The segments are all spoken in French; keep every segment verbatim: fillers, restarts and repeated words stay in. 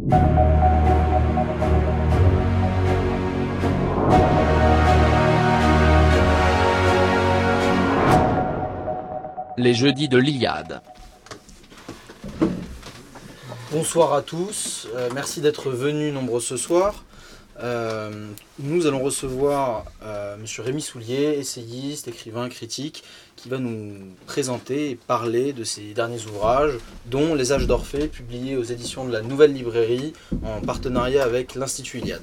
Les jeudis de l'Iliade. Bonsoir à tous, euh, merci d'être venus nombreux ce soir. Euh, nous allons recevoir euh, M. Rémi Soulier, essayiste, écrivain, critique, qui va nous présenter et parler de ses derniers ouvrages, dont Les Âges d'Orphée, publié aux éditions de la Nouvelle Librairie, en partenariat avec l'Institut Iliade.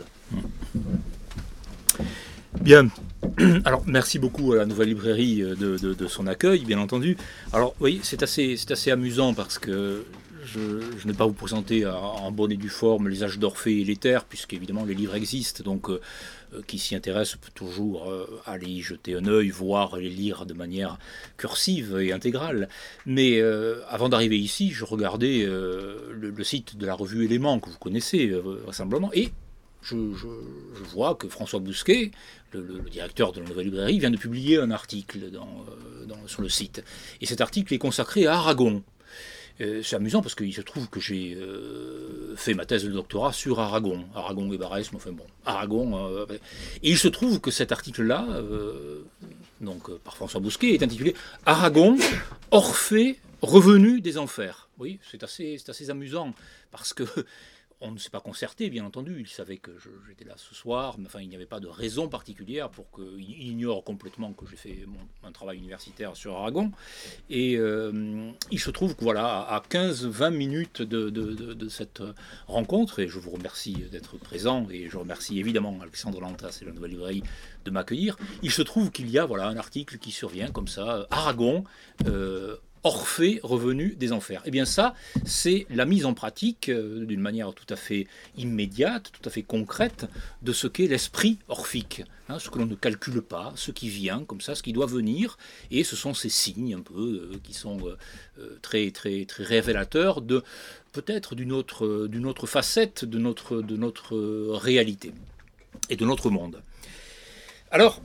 Bien. Alors, merci beaucoup à la Nouvelle Librairie de, de, de son accueil, bien entendu. Alors, oui, c'est assez, c'est assez amusant parce que je, je ne vais pas vous présenter en bonne et due forme Les Âges d'Orphée et l'Éther, puisqu'évidemment les livres existent, donc euh, qui s'y intéressent peut toujours euh, aller y jeter un œil, voire les lire de manière cursive et intégrale. Mais euh, avant d'arriver ici, je regardais euh, le, le site de la revue Éléments, que vous connaissez euh, vraisemblablement, et Je, je, je vois que François Bousquet, le, le, le directeur de la Nouvelle Librairie, vient de publier un article dans, euh, dans, sur le site. Et cet article est consacré à Aragon. Euh, c'est amusant parce qu'il se trouve que j'ai euh, fait ma thèse de doctorat sur Aragon. Aragon et Barès, enfin bon, Aragon. Euh, et il se trouve que cet article-là, euh, donc par François Bousquet, est intitulé Aragon, Orphée, revenu des enfers. Oui, c'est assez, c'est assez amusant parce que on ne s'est pas concerté, bien entendu. Il savait que je, j'étais là ce soir, mais enfin, il n'y avait pas de raison particulière pour qu'il ignore complètement que j'ai fait mon, un travail universitaire sur Aragon. Et euh, il se trouve que voilà, à quinze vingt minutes de, de, de, de cette rencontre, et je vous remercie d'être présent, et je remercie évidemment Alexandre Lantas et la Nouvelle Librairie de m'accueillir, il se trouve qu'il y a voilà, un article qui survient comme ça, Aragon, euh, Orphée revenu des enfers. Eh bien ça, c'est la mise en pratique, euh, d'une manière tout à fait immédiate, tout à fait concrète, de ce qu'est l'esprit orphique. Hein, ce que l'on ne calcule pas, ce qui vient, comme ça, ce qui doit venir. Et ce sont ces signes, un peu, euh, qui sont euh, très, très, très révélateurs de, peut-être d'une autre, d'une autre facette de notre, de notre réalité et de notre monde. Alors,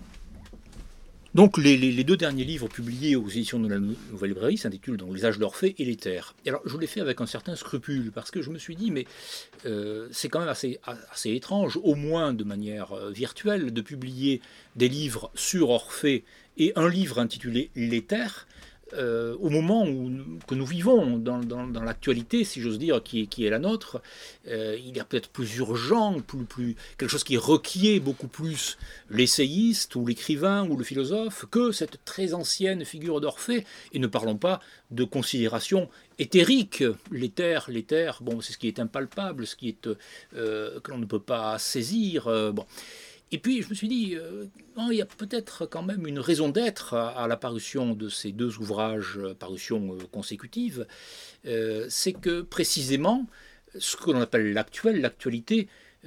Donc les, les, les deux derniers livres publiés aux éditions de la Nouvelle Librairie s'intitulent donc Les Âges d'Orphée et l'Éther. Et alors je l'ai fait avec un certain scrupule parce que je me suis dit mais euh, c'est quand même assez, assez étrange, au moins de manière euh, virtuelle, de publier des livres sur Orphée et un livre intitulé L'Éther. Euh, au moment où, que nous vivons, dans, dans, dans l'actualité, si j'ose dire, qui est, qui est la nôtre, euh, il y a peut-être plus urgent, plus, plus, quelque chose qui requiert beaucoup plus l'essayiste ou l'écrivain ou le philosophe que cette très ancienne figure d'Orphée. Et ne parlons pas de considérations éthériques. L'éther, l'éther, bon, c'est ce qui est impalpable, ce qui est, euh, que l'on ne peut pas saisir. Euh, bon. Et puis je me suis dit, euh, non, il y a peut-être quand même une raison d'être à, à la parution de ces deux ouvrages, parution euh, consécutive, euh, c'est que précisément, ce que l'on appelle l'actuel, l'actualité,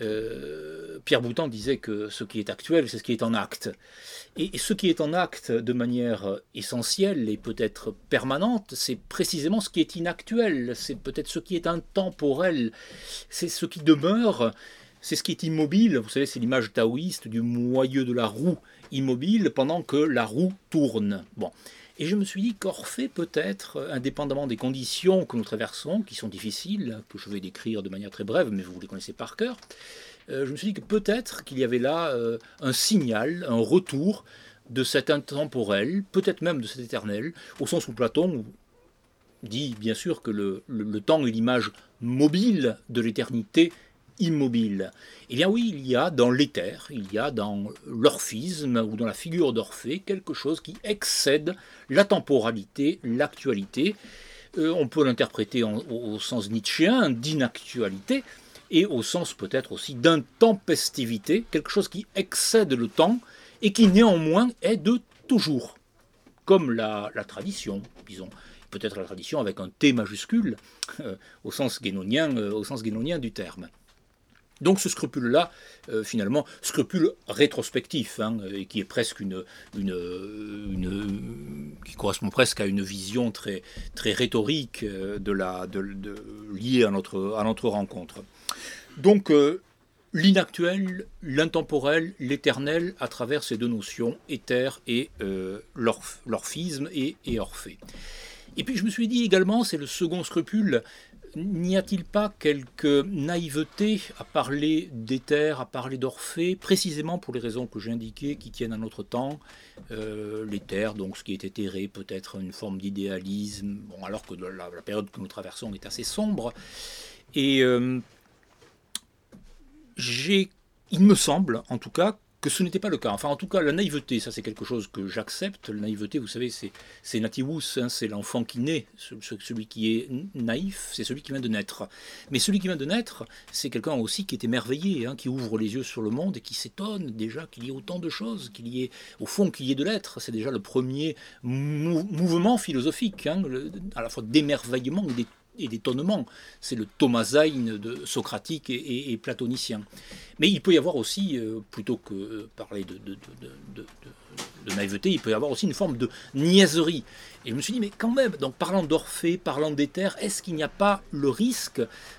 euh, Pierre Boutan disait que ce qui est actuel, c'est ce qui est en acte. Et, et ce qui est en acte de manière essentielle et peut-être permanente, c'est précisément ce qui est inactuel, c'est peut-être ce qui est intemporel, c'est ce qui demeure. C'est ce qui est immobile, vous savez, c'est l'image taoïste du moyeu de la roue immobile pendant que la roue tourne. Bon. Et je me suis dit qu'Orphée, peut-être, indépendamment des conditions que nous traversons, qui sont difficiles, que je vais décrire de manière très brève, mais vous les connaissez par cœur, euh, je me suis dit que peut-être qu'il y avait là euh, un signal, un retour de cet intemporel, peut-être même de cet éternel, au sens où Platon dit bien sûr que le, le, le temps est l'image mobile de l'éternité immobile. Eh bien oui, il y a dans l'éther, il y a dans l'orphisme ou dans la figure d'Orphée quelque chose qui excède la temporalité, l'actualité. Euh, on peut l'interpréter en, au, au sens nietzschéen d'inactualité et au sens peut-être aussi d'intempestivité, quelque chose qui excède le temps et qui néanmoins est de toujours, comme la, la tradition, disons. Peut-être la tradition avec un T majuscule euh, au sens guénonien, euh, au sens guénonien du terme. Donc ce scrupule-là, euh, finalement, scrupule rétrospectif, hein, et qui est presque une, une, une, qui correspond presque à une vision très, très rhétorique de la, de, de, liée à notre, à notre rencontre. Donc euh, l'inactuel, l'intemporel, l'éternel, à travers ces deux notions, éther et euh, l'orph, l'orphisme et, et Orphée. Et puis je me suis dit également, c'est le second scrupule, n'y a-t-il pas quelque naïveté à parler d'Éther, à parler d'Orphée, précisément pour les raisons que j'ai indiquées, qui tiennent à notre temps, euh, l'Éther, donc ce qui est éthéré, peut-être une forme d'idéalisme, bon, alors que la, la période que nous traversons est assez sombre. Et euh, j'ai, il me semble, en tout cas, que ce n'était pas le cas. Enfin, en tout cas, la naïveté, ça c'est quelque chose que j'accepte. La naïveté, vous savez, c'est, c'est nativus, hein, c'est l'enfant qui naît. Celui qui est naïf, c'est celui qui vient de naître. Mais celui qui vient de naître, c'est quelqu'un aussi qui est émerveillé, hein, qui ouvre les yeux sur le monde et qui s'étonne déjà qu'il y ait autant de choses, qu'il y ait, au fond, qu'il y ait de l'être. C'est déjà le premier mou- mouvement philosophique, hein, le, à la fois d'émerveillement et d'étonnement. et d'étonnement. C'est le Thomasein de socratique et, et, et platonicien. Mais il peut y avoir aussi, euh, plutôt que euh, parler de, de, de, de, de, de naïveté, il peut y avoir aussi une forme de niaiserie. Et je me suis dit, mais quand même, donc parlant d'Orphée, parlant d'Éther, est-ce qu'il n'y a pas le risque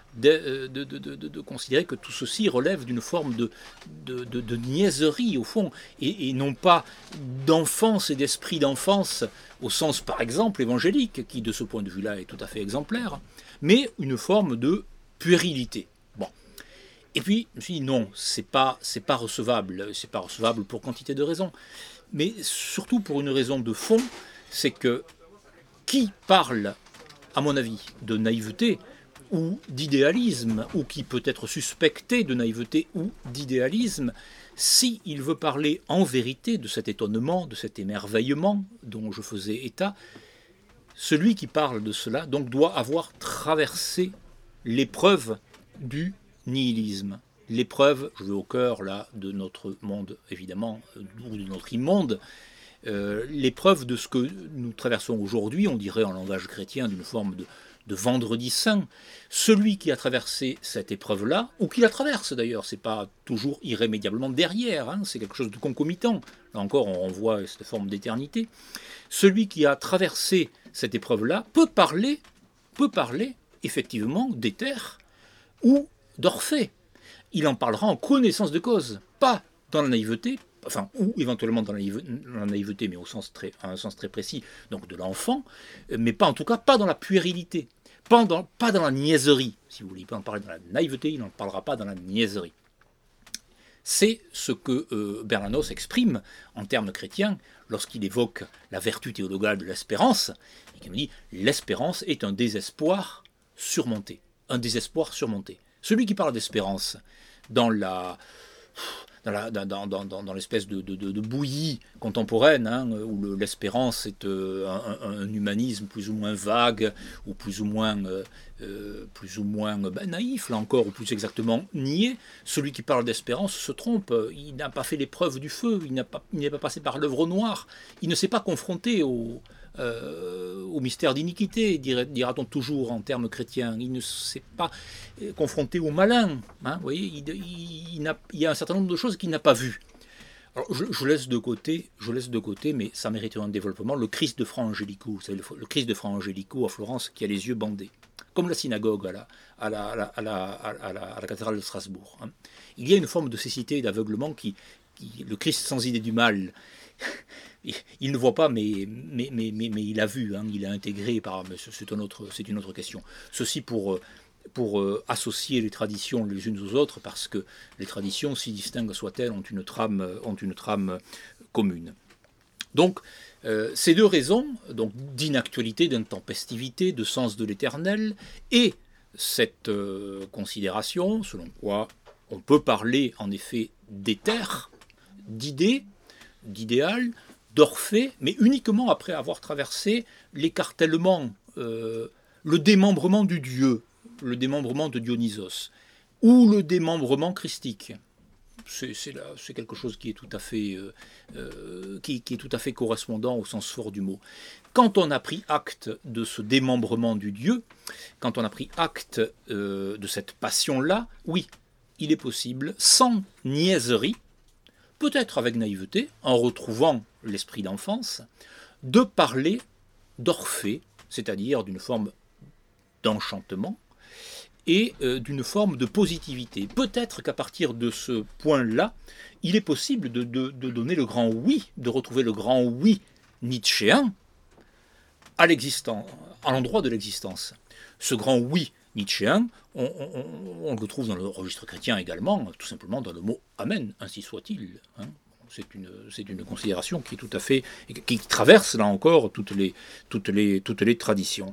de, de, de, de, de considérer que tout ceci relève d'une forme de, de, de, de niaiserie, au fond, et, et non pas d'enfance et d'esprit d'enfance, au sens, par exemple, évangélique, qui, de ce point de vue-là, est tout à fait exemplaire, mais une forme de puérilité. Bon. Et puis, je me suis dit, non, c'est pas, c'est pas recevable. C'est pas recevable pour quantité de raisons. Mais surtout pour une raison de fond, c'est que qui parle, à mon avis, de naïveté, ou d'idéalisme, ou qui peut être suspecté de naïveté ou d'idéalisme, s'il veut parler en vérité de cet étonnement, de cet émerveillement dont je faisais état, celui qui parle de cela donc doit avoir traversé l'épreuve du nihilisme. L'épreuve, je vais au cœur là de notre monde évidemment, ou de notre immonde, euh, l'épreuve de ce que nous traversons aujourd'hui, on dirait en langage chrétien d'une forme de de vendredi saint. Celui qui a traversé cette épreuve-là, ou qui la traverse d'ailleurs, c'est pas toujours irrémédiablement derrière, hein, c'est quelque chose de concomitant. Là encore, on renvoie cette forme d'éternité. Celui qui a traversé cette épreuve-là peut parler, peut parler effectivement d'Éther ou d'Orphée. Il en parlera en connaissance de cause, pas dans la naïveté, enfin, ou éventuellement dans la naïveté, mais au sens très, à un sens très précis, donc de l'enfant, mais pas en tout cas, pas dans la puérilité. Pas dans, pas dans la niaiserie, si vous voulez. Il peut en parler dans la naïveté, il n'en parlera pas dans la niaiserie. C'est ce que euh, Bernanos exprime en termes chrétiens lorsqu'il évoque la vertu théologale de l'espérance, et qu'il nous dit « l'espérance est un désespoir surmonté ». Un désespoir surmonté. Celui qui parle d'espérance dans la... dans, la, dans, dans, dans, dans l'espèce de, de, de bouillie contemporaine, hein, où le, l'espérance est euh, un, un humanisme plus ou moins vague, ou plus ou moins, euh, euh, plus ou moins ben, naïf, là encore, ou plus exactement nié. Celui qui parle d'espérance se trompe, il n'a pas fait l'épreuve du feu, il, n'a pas, il n'est pas passé par l'œuvre noire, il ne s'est pas confronté au... Euh, au mystère d'iniquité, dira-t-on toujours en termes chrétiens. Il ne s'est pas confronté au malin. Hein, vous voyez, il, il, il, n'a, il y a un certain nombre de choses qu'il n'a pas vues. Alors, je, je, laisse de côté, je laisse de côté, mais ça mériterait un développement, le Christ de Fra Angelico. Vous savez, le, le Christ de Fra Angelico à Florence qui a les yeux bandés, comme la synagogue à la, à la, à la, à la, à la, à la cathédrale de Strasbourg. Hein. Il y a une forme de cécité et d'aveuglement qui, qui, le Christ sans idée du mal, il ne voit pas, mais, mais, mais, mais, mais il a vu, hein, il a intégré, par, mais c'est, un autre, c'est une autre question. Ceci pour, pour euh, associer les traditions les unes aux autres, parce que les traditions, si distinctes soient-elles, ont une trame, ont une trame commune. Donc, euh, ces deux raisons, donc d'inactualité, d'intempestivité, de sens de l'éternel, et cette euh, considération, selon quoi on peut parler en effet d'éther, d'idées, d'idéal, d'Orphée, mais uniquement après avoir traversé l'écartèlement, euh, le démembrement du Dieu, le démembrement de Dionysos, ou le démembrement christique. C'est, c'est, là, c'est quelque chose qui est tout à fait, euh, euh, qui, qui est tout à fait correspondant au sens fort du mot. Quand on a pris acte de ce démembrement du Dieu, quand on a pris acte euh, de cette passion-là, oui, il est possible, sans niaiserie, peut-être avec naïveté, en retrouvant l'esprit d'enfance, de parler d'Orphée, c'est-à-dire d'une forme d'enchantement et euh, d'une forme de positivité. Peut-être qu'à partir de ce point-là, il est possible de, de, de donner le grand oui, de retrouver le grand oui nietzschéen à l'existence, à l'endroit de l'existence. Ce grand oui nietzschéen, on, on, on le trouve dans le registre chrétien également, tout simplement dans le mot « amen », ainsi soit-il. Hein. C'est une, c'est une considération qui est tout à fait, qui traverse là encore toutes les, toutes les, toutes les traditions.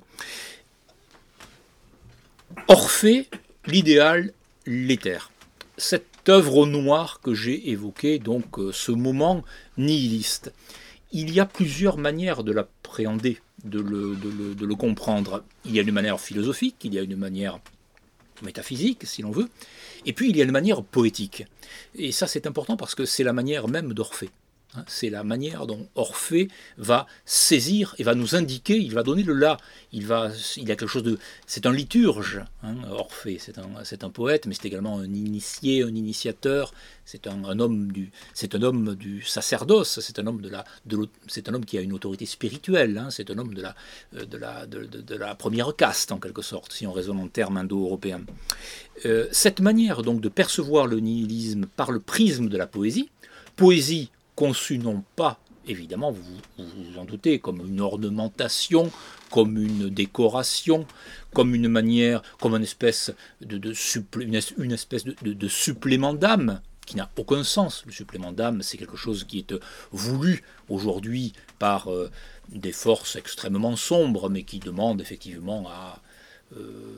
Orphée, l'idéal, l'éther. Cette œuvre au noir que j'ai évoquée, donc ce moment nihiliste, il y a plusieurs manières de l'appréhender, de le, de, le, de le comprendre. Il y a une manière philosophique, il y a une manière métaphysique, si l'on veut, et puis il y a une manière poétique. Et ça, c'est important parce que c'est la manière même d'Orphée. C'est la manière dont Orphée va saisir et va nous indiquer, il va donner le là, il, va, il y a quelque chose de... C'est un liturge, hein, Orphée, c'est un, c'est un poète, mais c'est également un initié, un initiateur, c'est un, un, homme, du, c'est un homme du sacerdoce, c'est un homme, de la, de c'est un homme qui a une autorité spirituelle, hein, c'est un homme de la, de, la, de, de, de la première caste, en quelque sorte, si on raisonne en termes indo-européens. Euh, cette manière donc de percevoir le nihilisme par le prisme de la poésie, poésie conçu non pas, évidemment, vous vous, vous en doutez, comme une ornementation, comme une décoration, comme une manière, comme une espèce de, de, supplé, une, une espèce de, de, de supplément d'âme, qui n'a aucun sens. Le supplément d'âme, c'est quelque chose qui est voulu aujourd'hui par euh, des forces extrêmement sombres, mais qui demande effectivement à... Euh,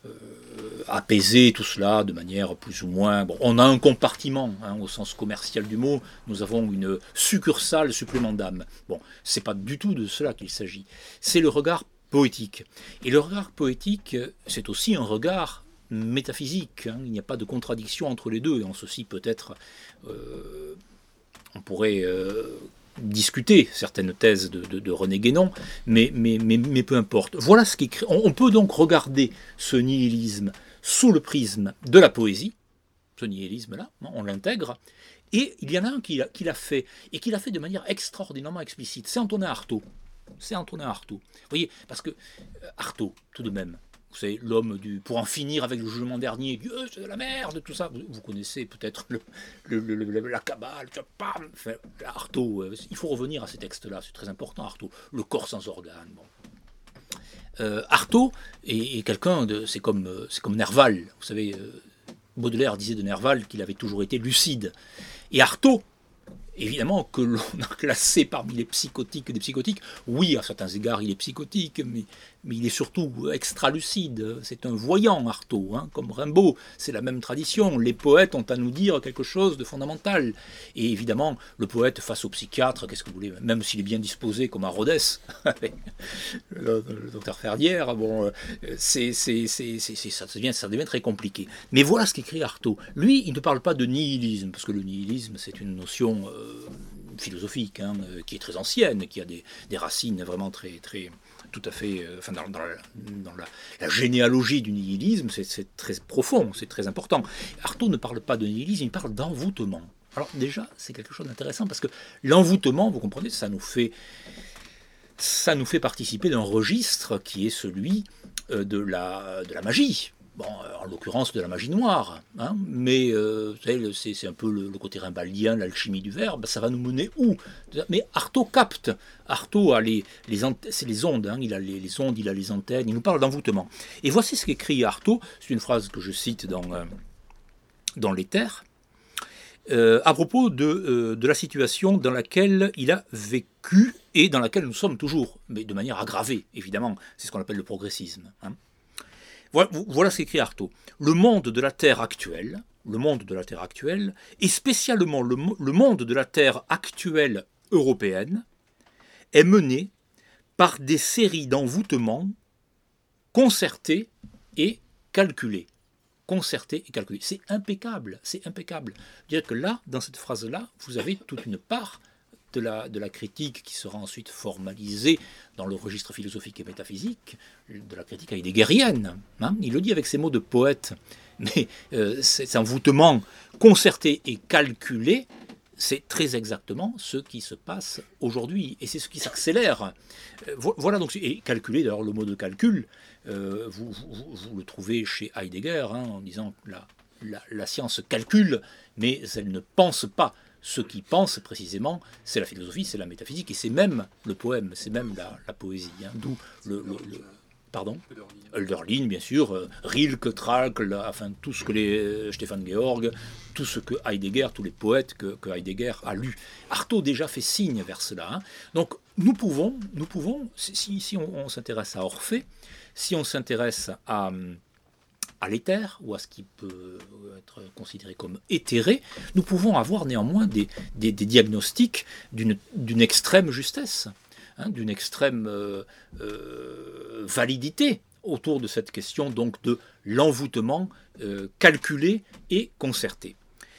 Euh, apaiser tout cela de manière plus ou moins... Bon, on a un compartiment, hein, au sens commercial du mot, nous avons une succursale supplément d'âme. Bon, c'est pas du tout de cela qu'il s'agit. C'est le regard poétique. Et le regard poétique, c'est aussi un regard métaphysique. Hein. Il n'y a pas de contradiction entre les deux. Et en ceci, peut-être, euh, on pourrait... Euh, discuter certaines thèses de, de, de René Guénon, mais, mais, mais, mais peu importe. Voilà ce qu'écrit. On, on peut donc regarder ce nihilisme sous le prisme de la poésie, ce nihilisme-là, on l'intègre, et il y en a un qui, qui l'a fait, et qui l'a fait de manière extraordinairement explicite. C'est Antonin Artaud. C'est Antonin Artaud. Vous voyez, parce que Artaud, tout de même, vous savez, l'homme du... Pour en finir avec le jugement dernier, Dieu, c'est de la merde, tout ça. Vous, vous connaissez peut-être le, le, le, le, la Kabbale, enfin, Artaud. Euh, il faut revenir à ces textes-là, c'est très important, Artaud. Le corps sans organes. Bon. Euh, Artaud est, est quelqu'un de... C'est comme, c'est comme Nerval. Vous savez, euh, Baudelaire disait de Nerval qu'il avait toujours été lucide. Et Artaud, évidemment que l'on a classé parmi les psychotiques des psychotiques, oui, à certains égards, il est psychotique, mais, mais il est surtout extra-lucide. C'est un voyant, Artaud, hein, comme Rimbaud. C'est la même tradition. Les poètes ont à nous dire quelque chose de fondamental. Et évidemment, le poète face au psychiatre, qu'est-ce que vous voulez, même s'il est bien disposé, comme à Rhodes, le, le docteur Ferrière, bon, c'est, c'est, c'est, c'est, c'est, ça, devient, ça devient très compliqué. Mais voilà ce qu'écrit Artaud. Lui, il ne parle pas de nihilisme, parce que le nihilisme, c'est une notion... Euh, philosophique, hein, qui est très ancienne, qui a des, des racines vraiment très, très tout à fait, euh, enfin dans, dans, la, dans la, la généalogie du nihilisme, c'est, c'est très profond, c'est très important. Artaud ne parle pas de nihilisme, il parle d'envoûtement. Alors déjà, c'est quelque chose d'intéressant parce que l'envoûtement, vous comprenez, ça nous fait, ça nous fait participer d'un registre qui est celui euh, de, la, de la magie. Bon, en l'occurrence de la magie noire, hein, mais euh, vous savez, c'est, c'est un peu le, le côté rimbaudien, l'alchimie du verbe, ça va nous mener où? Mais Artaud capte, Artaud a les, les ante- c'est les ondes, hein, il a les, les ondes, il a les antennes, il nous parle d'envoûtement. Et voici ce qu'écrit Artaud, c'est une phrase que je cite dans, euh, dans l'Éther, euh, à propos de, euh, de la situation dans laquelle il a vécu et dans laquelle nous sommes toujours, mais de manière aggravée, évidemment, c'est ce qu'on appelle le progressisme, hein. Voilà, voilà ce qu'écrit Artaud. Le monde de la Terre actuelle, le monde de la Terre actuelle, et spécialement le, le monde de la Terre actuelle européenne, est mené par des séries d'envoûtements concertés et calculés. Concertés et calculés. C'est impeccable, c'est impeccable. C'est-à-dire que là, dans cette phrase-là, vous avez toute une part de la, de la critique qui sera ensuite formalisée dans le registre philosophique et métaphysique, de la critique heideggerienne. Hein. Il le dit avec ses mots de poète. Mais euh, cet envoûtement concerté et calculé, c'est très exactement ce qui se passe aujourd'hui. Et c'est ce qui s'accélère. Euh, voilà donc, et calculé, d'ailleurs le mot de calcul, euh, vous, vous, vous le trouvez chez Heidegger, hein, en disant que la, la, la science calcule, mais elle ne pense pas. Ce qui pense précisément, c'est la philosophie, c'est la métaphysique, et c'est même le poème, c'est même la, la poésie. Hein, d'où le, le, le... Pardon ? Hölderlin, bien sûr, euh, Rilke, Tralk, la, enfin tout ce que les euh, Stefan Georg, tout ce que Heidegger, tous les poètes que, que Heidegger a lus. Artaud déjà fait signe vers cela. Hein. Donc nous pouvons, nous pouvons, si, si on, on s'intéresse à Orphée, si on s'intéresse à, à l'éther ou à ce qui peut être considéré comme éthéré, nous pouvons avoir néanmoins des, des, des diagnostics d'une, d'une extrême justesse, hein, d'une extrême euh, euh, validité autour de cette question donc de l'envoûtement euh, calculé et concerté.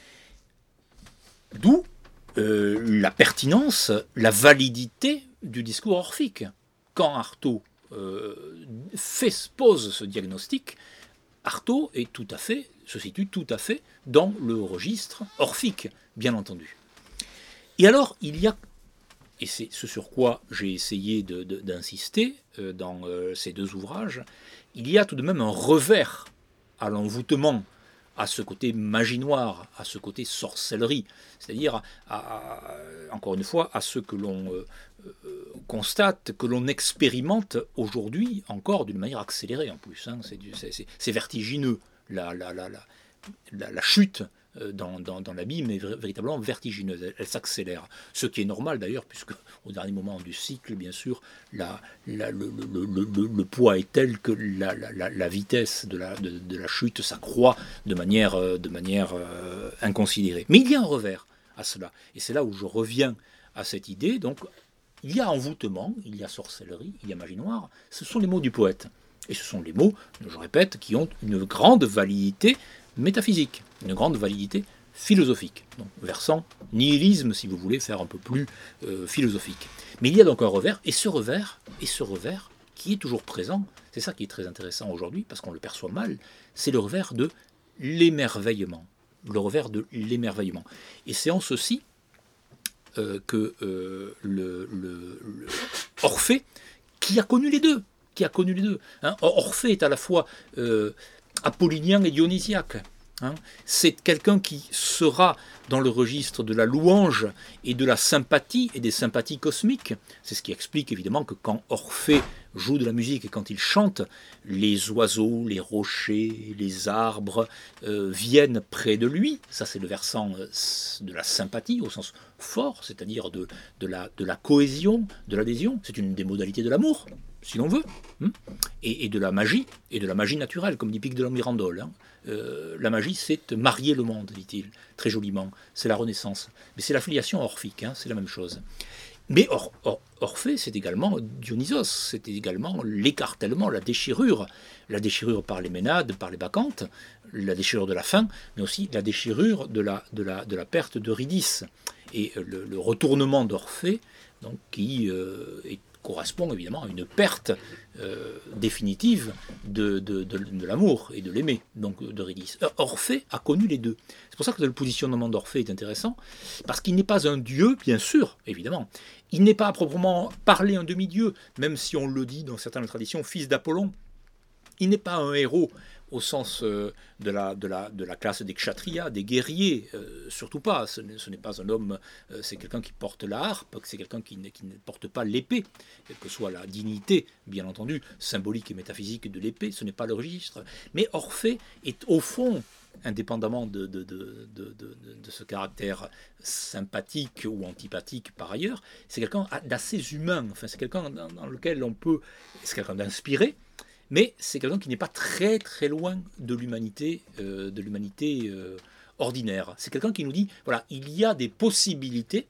D'où euh, la pertinence, la validité du discours orphique. Quand Artaud euh, fait, pose ce diagnostic, Artaud est tout à fait, se situe tout à fait dans le registre orphique, bien entendu. Et alors, il y a, et c'est ce sur quoi j'ai essayé de, de, d'insister euh, dans euh, ces deux ouvrages, il y a tout de même un revers à l'envoûtement, à ce côté magie noire, à ce côté sorcellerie, c'est-à-dire, à, à, encore une fois, à ce que l'on euh, euh, constate, que l'on expérimente aujourd'hui encore d'une manière accélérée en plus. Hein, c'est, du, c'est, c'est, c'est vertigineux, la, la, la, la, la, la chute dans, dans, dans l'abîme est véritablement vertigineuse, elle, elle s'accélère. Ce qui est normal d'ailleurs, puisque au dernier moment du cycle, bien sûr, la, la, le, le, le, le, le poids est tel que la, la, la vitesse de la, de, de la chute s'accroît de manière, de manière euh, inconsidérée. Mais il y a un revers à cela, et c'est là où je reviens à cette idée. Donc, il y a envoûtement, il y a sorcellerie, il y a magie noire, ce sont les mots du poète. Et ce sont les mots, je répète, qui ont une grande validité métaphysique, une grande validité philosophique, donc versant nihilisme si vous voulez faire un peu plus euh, philosophique. Mais il y a donc un revers, et ce revers, et ce revers qui est toujours présent, c'est ça qui est très intéressant aujourd'hui, parce qu'on le perçoit mal, c'est le revers de l'émerveillement, le revers de l'émerveillement. Et c'est en ceci euh, que euh, le, le, le Orphée, qui a connu les deux, qui a connu les deux, hein, Orphée est à la fois euh, apollinien et dionysiaque. Hein. C'est quelqu'un qui sera dans le registre de la louange et de la sympathie et des sympathies cosmiques. C'est ce qui explique évidemment que quand Orphée joue de la musique et quand il chante, les oiseaux, les rochers, les arbres euh, viennent près de lui. Ça, c'est le versant euh, de la sympathie au sens fort, c'est-à-dire de, de, la, de la cohésion, de l'adhésion. C'est une des modalités de l'amour, si l'on veut, hein, et, et de la magie, et de la magie naturelle, comme dit Pic de la Mirandole. Hein. Euh, la magie, c'est marier le monde, dit-il, très joliment. C'est la Renaissance. Mais c'est la filiation orphique, hein, c'est la même chose. Mais Or, Or, Orphée, c'est également Dionysos, c'est également l'écartèlement, la déchirure. La déchirure par les Ménades, par les Bacchantes, la déchirure de la faim, mais aussi la déchirure de la, de la, de la perte d'Eurydice. Et le, le retournement d'Orphée, donc, qui euh, est correspond évidemment à une perte euh, définitive de, de, de, de l'amour et de l'aimer, donc d'Eurydice. Orphée a connu les deux. C'est pour ça que le positionnement d'Orphée est intéressant, parce qu'il n'est pas un dieu, bien sûr, évidemment. Il n'est pas à proprement parler un demi-dieu, même si on le dit dans certaines traditions, fils d'Apollon. Il n'est pas un héros au sens euh, de, la, de, la, de la classe des kshatriyas, des guerriers, euh, surtout pas. Ce n'est, ce n'est pas un homme, euh, c'est quelqu'un qui porte la harpe, c'est quelqu'un qui ne, qui ne porte pas l'épée, quelle que soit la dignité, bien entendu, symbolique et métaphysique de l'épée, ce n'est pas le registre. Mais Orphée est au fond, indépendamment de, de, de, de, de, de ce caractère sympathique ou antipathique par ailleurs, c'est quelqu'un d'assez humain, enfin, c'est quelqu'un dans, dans lequel on peut, c'est quelqu'un d'inspiré, mais c'est quelqu'un qui n'est pas très très loin de l'humanité, euh, de l'humanité euh, ordinaire. C'est quelqu'un qui nous dit, voilà, il y a des possibilités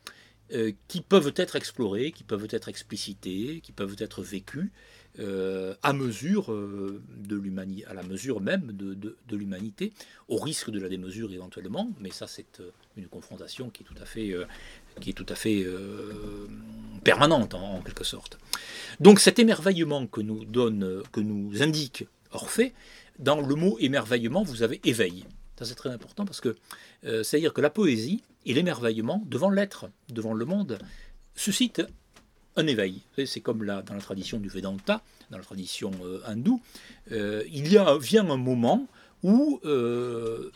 euh, qui peuvent être explorées, qui peuvent être explicitées, qui peuvent être vécues euh, à mesure euh, de l'humanité, à la mesure même de, de, de l'humanité, au risque de la démesure éventuellement. Mais ça, c'est euh, une confrontation qui est tout à fait, euh, qui est tout à fait euh, permanente en, en quelque sorte. Donc cet émerveillement que nous donne, que nous indique Orphée, dans le mot émerveillement, vous avez éveil. Ça c'est très important parce que euh, c'est-à-dire que la poésie et l'émerveillement devant l'être, devant le monde, suscitent un éveil. C'est comme là, dans la tradition du Vedanta, dans la tradition euh, hindoue, euh, il y a, vient un moment où euh,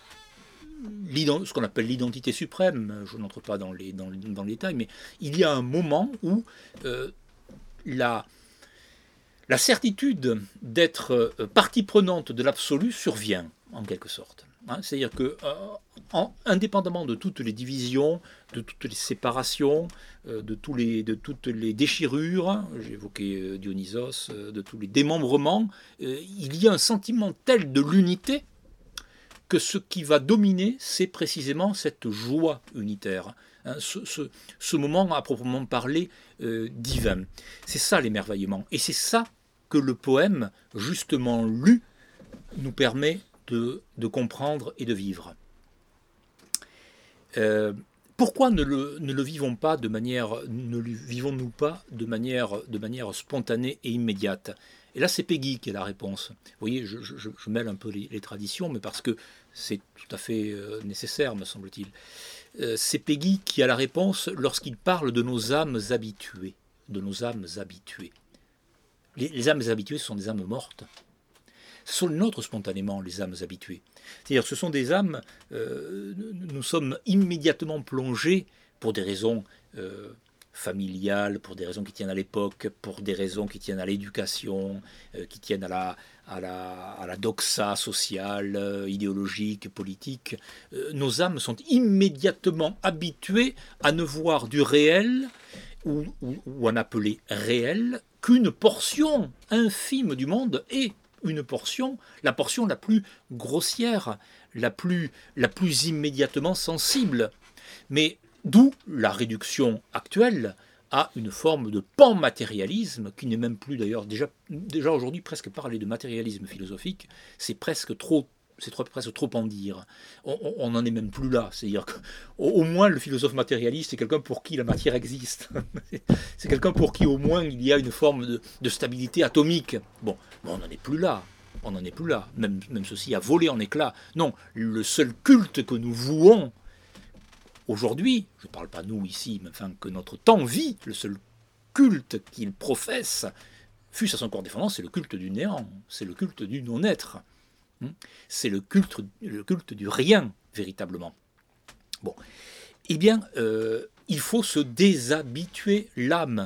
ce qu'on appelle l'identité suprême, je n'entre pas dans les, dans, dans les détails, mais il y a un moment où euh, la, la certitude d'être partie prenante de l'absolu survient, en quelque sorte. Hein, c'est-à-dire que, euh, en, indépendamment de toutes les divisions, de toutes les séparations, euh, de, tous les, de toutes les déchirures, j'ai évoqué euh, Dionysos, euh, de tous les démembrements, euh, il y a un sentiment tel de l'unité que ce qui va dominer, c'est précisément cette joie unitaire, hein, ce, ce, ce moment à proprement parler euh, divin. C'est ça l'émerveillement, et c'est ça que le poème, justement lu, nous permet De, de comprendre et de vivre. Euh, pourquoi ne le, ne le vivons pas de manière, ne le vivons-nous pas de manière, de manière spontanée et immédiate? Et là, c'est Péguy qui est la réponse. Vous voyez, je, je, je mêle un peu les, les traditions, mais parce que c'est tout à fait euh, nécessaire, me semble-t-il. Euh, c'est Péguy qui a la réponse lorsqu'il parle de nos âmes habituées, de nos âmes habituées. Les, les âmes habituées, ce sont des âmes mortes. Ce sont les nôtres spontanément, les âmes habituées. C'est-à-dire ce sont des âmes, euh, nous sommes immédiatement plongés pour des raisons euh, familiales, pour des raisons qui tiennent à l'époque, pour des raisons qui tiennent à l'éducation, euh, qui tiennent à la, à la, à la doxa sociale, euh, idéologique, politique. Euh, nos âmes sont immédiatement habituées à ne voir du réel, ou, ou, ou à n'appeler réel, qu'une portion infime du monde et une portion, la portion la plus grossière, la plus, la plus immédiatement sensible. Mais d'où la réduction actuelle à une forme de panmatérialisme, qui n'est même plus d'ailleurs, déjà, déjà aujourd'hui presque parler de matérialisme philosophique, c'est presque trop, c'est trop, presque trop en dire. On n'en est même plus là. C'est-à-dire qu'au au moins le philosophe matérialiste, c'est quelqu'un pour qui la matière existe. C'est quelqu'un pour qui au moins il y a une forme de, de stabilité atomique. Bon, mais on n'en est plus là. On n'en est plus là. Même, même ceci a volé en éclats. Non, le seul culte que nous vouons aujourd'hui, je ne parle pas nous ici, mais enfin que notre temps vit, le seul culte qu'il professe, fût-ce à son corps défendant, c'est le culte du néant, c'est le culte du non-être. C'est le culte, le culte du rien, véritablement. Bon. Eh bien, euh, il faut se déshabituer l'âme,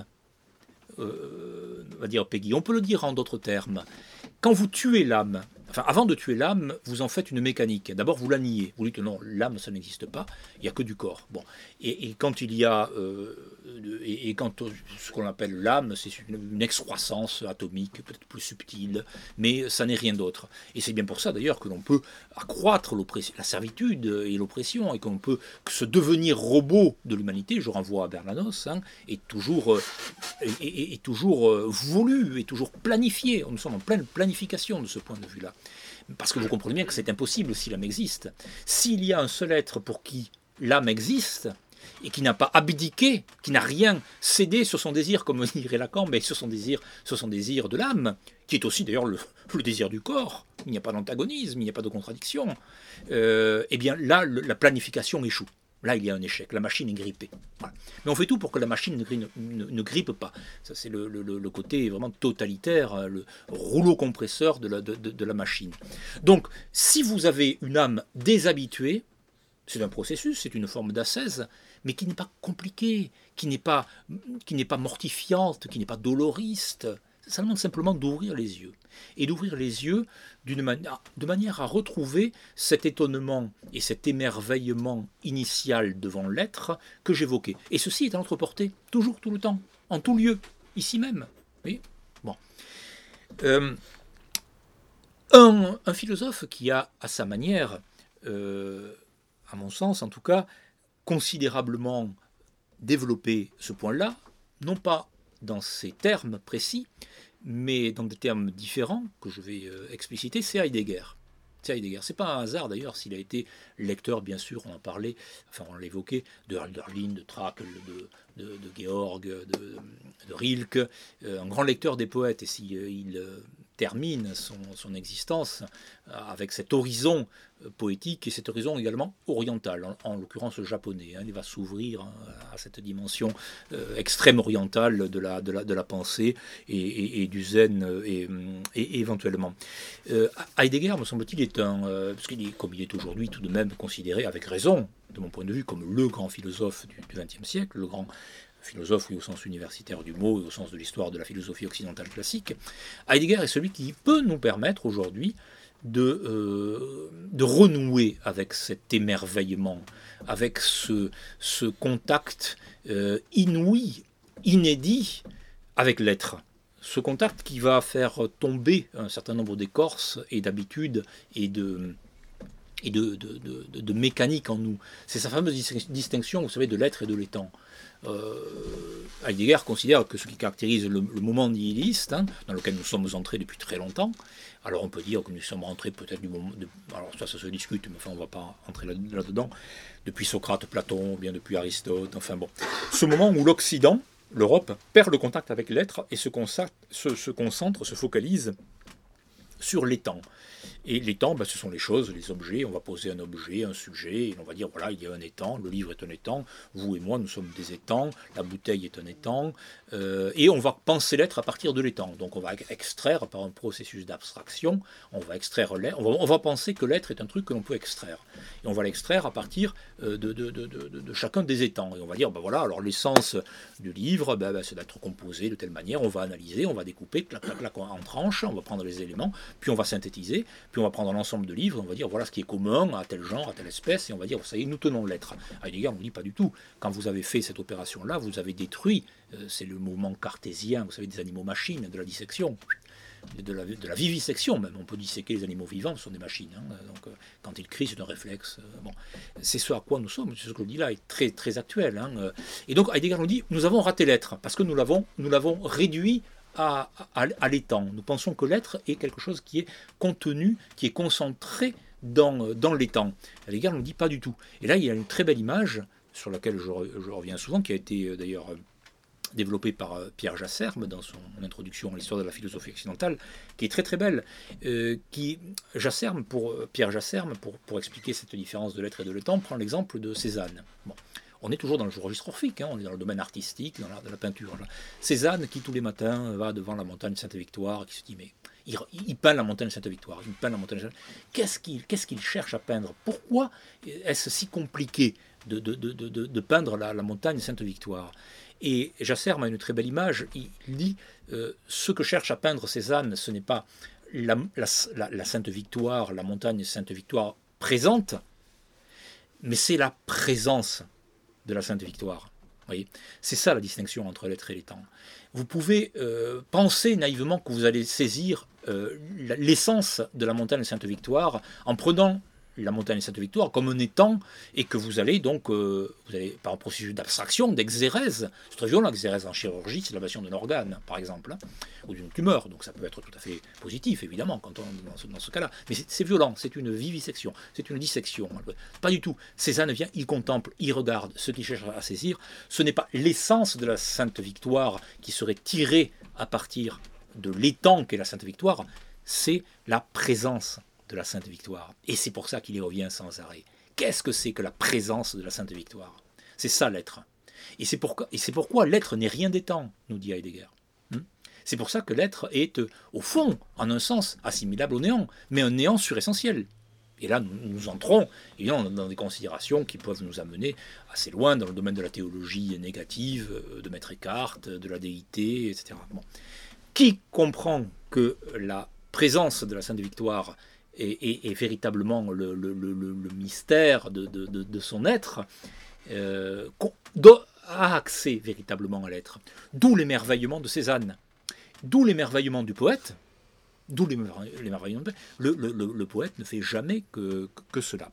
euh, va dire Péguy. On peut le dire en d'autres termes. Quand vous tuez l'âme, enfin, avant de tuer l'âme, vous en faites une mécanique. D'abord, vous la niez. Vous dites non, l'âme, ça n'existe pas. Il n'y a que du corps. Bon. Et, et quand il y a, euh, et, et quand ce qu'on appelle l'âme, c'est une, une excroissance atomique, peut-être plus subtile, mais ça n'est rien d'autre. Et c'est bien pour ça, d'ailleurs, que l'on peut accroître la servitude et l'oppression, et qu'on peut que ce devenir robot de l'humanité, je renvoie à Bernanos, hein, est toujours, euh, est, est, est toujours euh, voulu, est toujours planifié. Nous sommes en pleine planification de ce point de vue-là. Parce que vous comprenez bien que c'est impossible si l'âme existe. S'il y a un seul être pour qui l'âme existe, et qui n'a pas abdiqué, qui n'a rien cédé sur son désir, comme dirait Lacan, mais sur son désir, sur son désir de l'âme, qui est aussi d'ailleurs le, le désir du corps, il n'y a pas d'antagonisme, il n'y a pas de contradiction, euh, eh bien là, le, la planification échoue. Là, il y a un échec, la machine est grippée. Voilà. Mais on fait tout pour que la machine ne, ne, ne, ne grippe pas. Ça, c'est le, le, le côté vraiment totalitaire, le rouleau compresseur de la, de, de, de la machine. Donc, si vous avez une âme déshabituée, c'est un processus, c'est une forme d'ascèse, mais qui n'est pas compliquée, qui n'est pas, qui n'est pas mortifiante, qui n'est pas doloriste. Ça demande simplement d'ouvrir les yeux. Et d'ouvrir les yeux d'une manière, de manière à retrouver cet étonnement et cet émerveillement initial devant l'être que j'évoquais. Et ceci est à notre portée, toujours, tout le temps, en tout lieu, ici même. Oui, bon. Euh, un, un philosophe qui a, à sa manière, euh, à mon sens en tout cas, considérablement développé ce point-là, non pas dans ces termes précis, mais dans des termes différents que je vais euh, expliciter, c'est Heidegger. C'est Heidegger. C'est pas un hasard d'ailleurs s'il a été lecteur, bien sûr, on en parlait, enfin on l'évoquait, de Hölderlin, de Trakl, de, de, de Georg, de, de Rilke, euh, un grand lecteur des poètes, et s'il si, il euh, termine son, son existence avec cet horizon poétique et cet horizon également oriental, en, en l'occurrence japonais. Hein, il va s'ouvrir hein, à cette dimension euh, extrême orientale de la, de la, de la pensée et, et, et du zen et, et éventuellement. Euh, Heidegger, me semble-t-il, est un, euh, parce qu'il est, comme il est aujourd'hui tout de même considéré avec raison, de mon point de vue, comme le grand philosophe du vingtième siècle, le grand philosophe, oui, au sens universitaire du mot, et au sens de l'histoire de la philosophie occidentale classique, Heidegger est celui qui peut nous permettre aujourd'hui de, euh, de renouer avec cet émerveillement, avec ce, ce contact euh, inouï, inédit avec l'être. Ce contact qui va faire tomber un certain nombre d'écorces et d'habitudes et de... et de, de, de, de mécanique en nous. C'est sa fameuse distinction, vous savez, de l'être et de l'étant. Euh, Heidegger considère que ce qui caractérise le, le moment nihiliste, hein, dans lequel nous sommes entrés depuis très longtemps, alors on peut dire que nous sommes rentrés peut-être du moment... De, alors ça, ça se discute, mais enfin on ne va pas entrer là, là-dedans, depuis Socrate, Platon, bien depuis Aristote, enfin bon. Ce moment où l'Occident, l'Europe, perd le contact avec l'être et se, se, se concentre, se focalise sur l'étang. Et l'étang, ben, ce sont les choses, les objets. On va poser un objet, un sujet, et on va dire, voilà, il y a un étang, le livre est un étang, vous et moi, nous sommes des étangs, la bouteille est un étang, euh, et on va penser l'être à partir de l'étang. Donc on va extraire, par un processus d'abstraction, on va extraire l'être, on va, on va penser que l'être est un truc que l'on peut extraire. Et on va l'extraire à partir de, de, de, de, de, de chacun des étangs. Et on va dire, ben voilà, alors l'essence du livre, ben, ben, c'est d'être composé de telle manière, on va analyser, on va découper, clac, clac, clac, en tranches, on va prendre les éléments, puis on va synthétiser, puis on va prendre l'ensemble de livres, on va dire voilà ce qui est commun à tel genre, à telle espèce, et on va dire ça y est, nous tenons l'être. Heidegger nous dit pas du tout. Quand vous avez fait cette opération-là, vous avez détruit, euh, c'est le mouvement cartésien, vous savez, des animaux-machines, de la dissection, de la, de la vivisection même. On peut disséquer les animaux vivants, ce sont des machines. Hein, donc euh, quand ils crient, c'est un réflexe. Euh, bon. C'est ce à quoi nous sommes, ce que je dis là est très, très actuel. Hein, euh. Et donc Heidegger nous dit nous avons raté l'être, parce que nous l'avons, nous l'avons réduit à, à, à l'étang. Nous pensons que l'être est quelque chose qui est contenu, qui est concentré dans, dans l'étang. Heidegger ne nous dit pas du tout. Et là, il y a une très belle image sur laquelle je, je reviens souvent, qui a été d'ailleurs développée par Pierre Jasserme dans son introduction à l'histoire de la philosophie occidentale, qui est très très belle. Euh, qui, Jasserme, pour, Pierre Jasserme, pour, pour expliquer cette différence de l'être et de l'étang, prend l'exemple de Cézanne. Bon. On est toujours dans le registre orphique, hein, on est dans le domaine artistique, dans la, dans la peinture. Là. Cézanne qui tous les matins va devant la montagne Sainte-Victoire, qui se dit mais il, il peint la montagne Sainte-Victoire, il peint la montagne Sainte-Victoire. Qu'est-ce qu'il, qu'est-ce qu'il cherche à peindre? Pourquoi est-ce si compliqué de, de, de, de, de peindre la, la montagne Sainte-Victoire? Et Jasserme a une très belle image, il dit euh, ce que cherche à peindre Cézanne, ce n'est pas la, la, la, la Sainte-Victoire, la montagne Sainte-Victoire présente, mais c'est la présence de la Sainte Victoire. Voyez, c'est ça la distinction entre l'être et l'étang. Vous pouvez euh, penser naïvement que vous allez saisir euh, l'essence de la montagne Sainte Victoire en prenant la montagne Sainte-Victoire comme un étang, et que vous allez donc, euh, vous allez, par un processus d'abstraction, d'exérèse, c'est très violent l'exérèse en chirurgie, c'est l'ablation d'un organe, par exemple, hein, ou d'une tumeur, donc ça peut être tout à fait positif, évidemment, quand on dans ce, dans ce cas-là, mais c'est, c'est violent, c'est une vivisection, c'est une dissection, pas du tout. Cézanne vient, il contemple, il regarde, ce qu'il cherche à saisir, ce n'est pas l'essence de la Sainte-Victoire qui serait tirée à partir de l'étang qu'est la Sainte-Victoire, c'est la présence de la Sainte Victoire. Et c'est pour ça qu'il y revient sans arrêt. Qu'est-ce que c'est que la présence de la Sainte Victoire? C'est ça l'être. Et c'est pourquoi, et c'est pourquoi l'être n'est rien d'étang, nous dit Heidegger. C'est pour ça que l'être est, au fond, en un sens, assimilable au néant, mais un néant suressentiel. Et là, nous, nous entrons évidemment dans des considérations qui peuvent nous amener assez loin dans le domaine de la théologie négative, de Maître Eckhart, de la déité, et cetera. Bon. Qui comprend que la présence de la Sainte Victoire Et, et, et véritablement le, le, le, le mystère de, de, de, de son être, euh, a accès véritablement à l'être. D'où l'émerveillement de Cézanne, d'où l'émerveillement du poète, d'où l'émerveillement du poète. Le, le, le, le poète ne fait jamais que, que, que cela.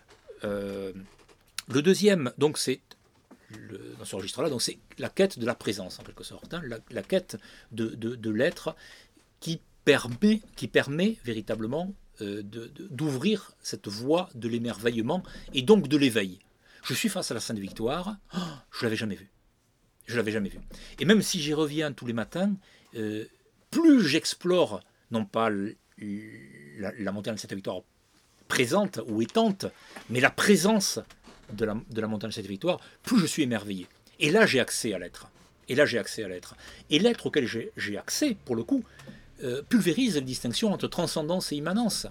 Euh, le deuxième, donc c'est, le, dans ce registre-là, donc c'est la quête de la présence, en quelque sorte, hein, la, la quête de, de, de l'être qui permet, qui permet véritablement De, de, d'ouvrir cette voie de l'émerveillement et donc de l'éveil. Je suis face à la Sainte Victoire, oh, je ne l'avais jamais vue. Je l'avais jamais vue. Et même si j'y reviens tous les matins, euh, plus j'explore, non pas la, la montagne de Sainte Victoire présente ou étante, mais la présence de la, de la montagne de Sainte Victoire, plus je suis émerveillé. Et là, j'ai accès à l'être. Et là, j'ai accès à l'être. Et l'être auquel j'ai, j'ai accès, pour le coup, Euh, pulvérise la distinction entre transcendance et immanence,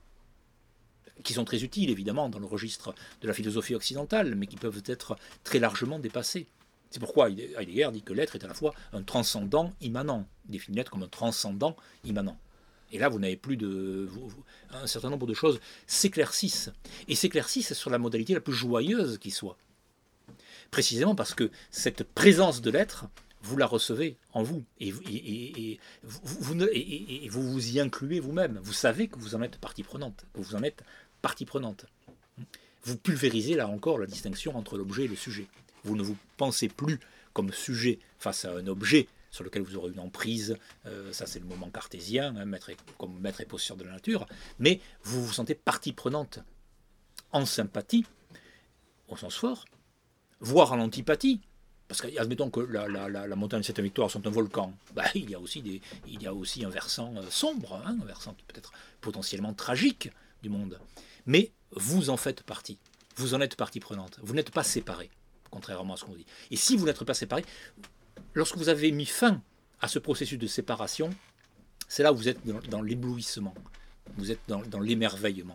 qui sont très utiles évidemment dans le registre de la philosophie occidentale, mais qui peuvent être très largement dépassées. C'est pourquoi Heidegger dit que l'être est à la fois un transcendant immanent, il définit l'être comme un transcendant immanent. Et là, vous n'avez plus de... Vous, vous, un certain nombre de choses s'éclaircissent. Et s'éclaircissent sur la modalité la plus joyeuse qui soit. Précisément parce que cette présence de l'être, vous la recevez en vous. Et, et, et, et, vous, vous, ne, et, et vous vous y incluez vous-même. Vous savez que vous en êtes partie prenante. Que vous en êtes partie prenante. Vous pulvérisez là encore la distinction entre l'objet et le sujet. Vous ne vous pensez plus comme sujet face à un objet sur lequel vous aurez une emprise, euh, ça c'est le moment cartésien, hein, maître et, comme maître et possesseur de la nature, mais vous vous sentez partie prenante, en sympathie, au sens fort, voire en antipathie, parce que admettons que la, la, la, la montagne et cette victoire sont un volcan, bah, il, y a aussi des, il y a aussi un versant euh, sombre, hein, un versant qui peut être potentiellement tragique du monde, mais vous en faites partie, vous en êtes partie prenante, vous n'êtes pas séparés, contrairement à ce qu'on dit. Et si vous n'êtes pas séparés, lorsque vous avez mis fin à ce processus de séparation, c'est là où vous êtes dans, dans l'éblouissement, vous êtes dans, dans l'émerveillement.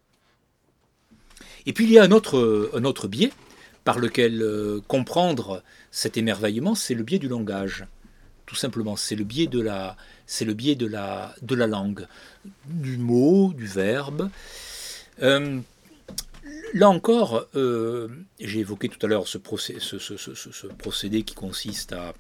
Et puis il y a un autre, un autre biais par lequel euh, comprendre cet émerveillement, c'est le biais du langage. Tout simplement, c'est le biais de la, c'est le biais de la, de la langue, du mot, du verbe. Euh, Là encore, euh, j'ai évoqué tout à l'heure ce, procé- ce, ce, ce, ce procédé qui consiste à,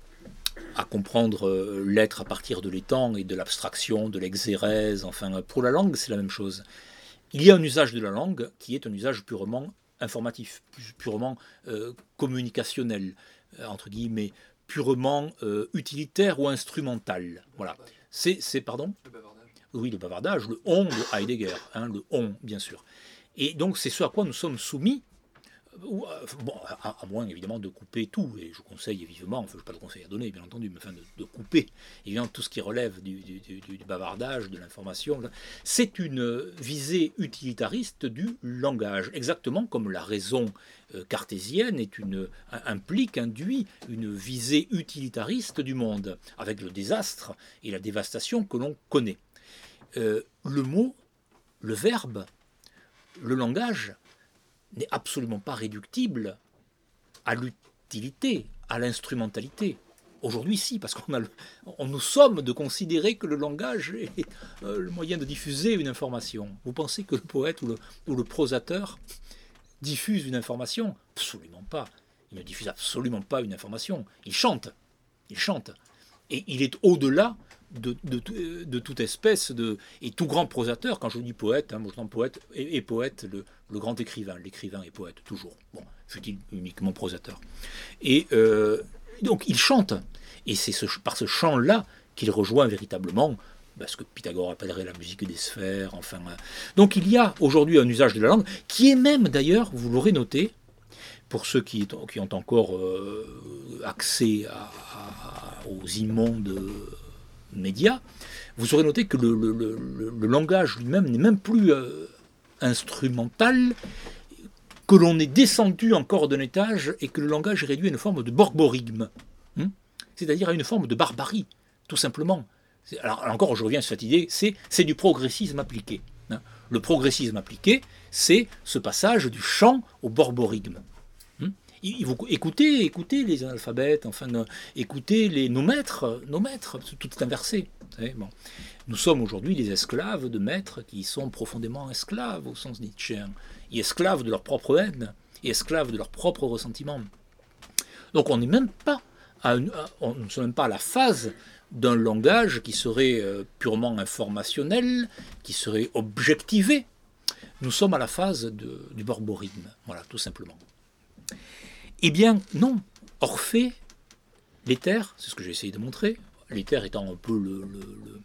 à comprendre l'être à partir de l'étang et de l'abstraction, de l'exérèse. Enfin, pour la langue, c'est la même chose. Il y a un usage de la langue qui est un usage purement informatif, purement euh, communicationnel, entre guillemets, purement euh, utilitaire ou instrumental. Voilà. C'est, c'est pardon ? Le bavardage. Oui, le bavardage, le on de Heidegger, hein, le on, bien sûr. Et donc c'est ce à quoi nous sommes soumis, bon, à, à moins évidemment de couper tout, et je conseille vivement, enfin je n'ai pas de conseil à donner bien entendu, mais enfin de, de couper évidemment tout ce qui relève du, du, du, du bavardage, de l'information. C'est une visée utilitariste du langage, exactement comme la raison cartésienne est une, implique, induit une visée utilitariste du monde, avec le désastre et la dévastation que l'on connaît. Euh, le mot, le verbe, le langage n'est absolument pas réductible à l'utilité, à l'instrumentalité. Aujourd'hui, si, parce qu'on a le, on nous sommes de considérer que le langage est euh, le moyen de diffuser une information. Vous pensez que le poète ou le, ou le prosateur diffuse une information ? Absolument pas. Il ne diffuse absolument pas une information. Il chante. Il chante. Et il est au-delà De, de, de toute espèce de et tout grand prosateur. Quand je dis poète, hein, moi je dis poète et, et poète le, le grand écrivain, l'écrivain est poète toujours. Bon, fut-il uniquement prosateur. Et euh, donc il chante, et c'est ce, par ce chant-là qu'il rejoint véritablement ben, ce que Pythagore appellerait la musique des sphères. Enfin, euh. donc il y a aujourd'hui un usage de la langue qui est même d'ailleurs, vous l'aurez noté, pour ceux qui, qui ont encore euh, accès à, à, aux immondes médias, vous aurez noté que le, le, le, le langage lui-même n'est même plus euh, instrumental, que l'on est descendu encore d'un étage et que le langage est réduit à une forme de borborigme, hein, c'est-à-dire à une forme de barbarie, tout simplement. Alors, alors encore, je reviens sur cette idée, c'est, c'est du progressisme appliqué. Hein. Le progressisme appliqué, c'est ce passage du chant au borborigme. Il faut écouter, écouter les analphabètes, enfin, euh, écouter les, nos maîtres, nos maîtres, tout est inversé. Vous savez, bon. Nous sommes aujourd'hui les esclaves de maîtres qui sont profondément esclaves au sens nietzschéen, et esclaves de leur propre haine, et esclaves de leur propre ressentiment. Donc on n'est même pas, à une, à, on ne sommes même pas à la phase d'un langage qui serait euh, purement informationnel, qui serait objectivé. Nous sommes à la phase de, du borborigme, voilà, tout simplement. Eh bien, non. Orphée, l'éther, c'est ce que j'ai essayé de montrer, l'éther étant un peu le, le,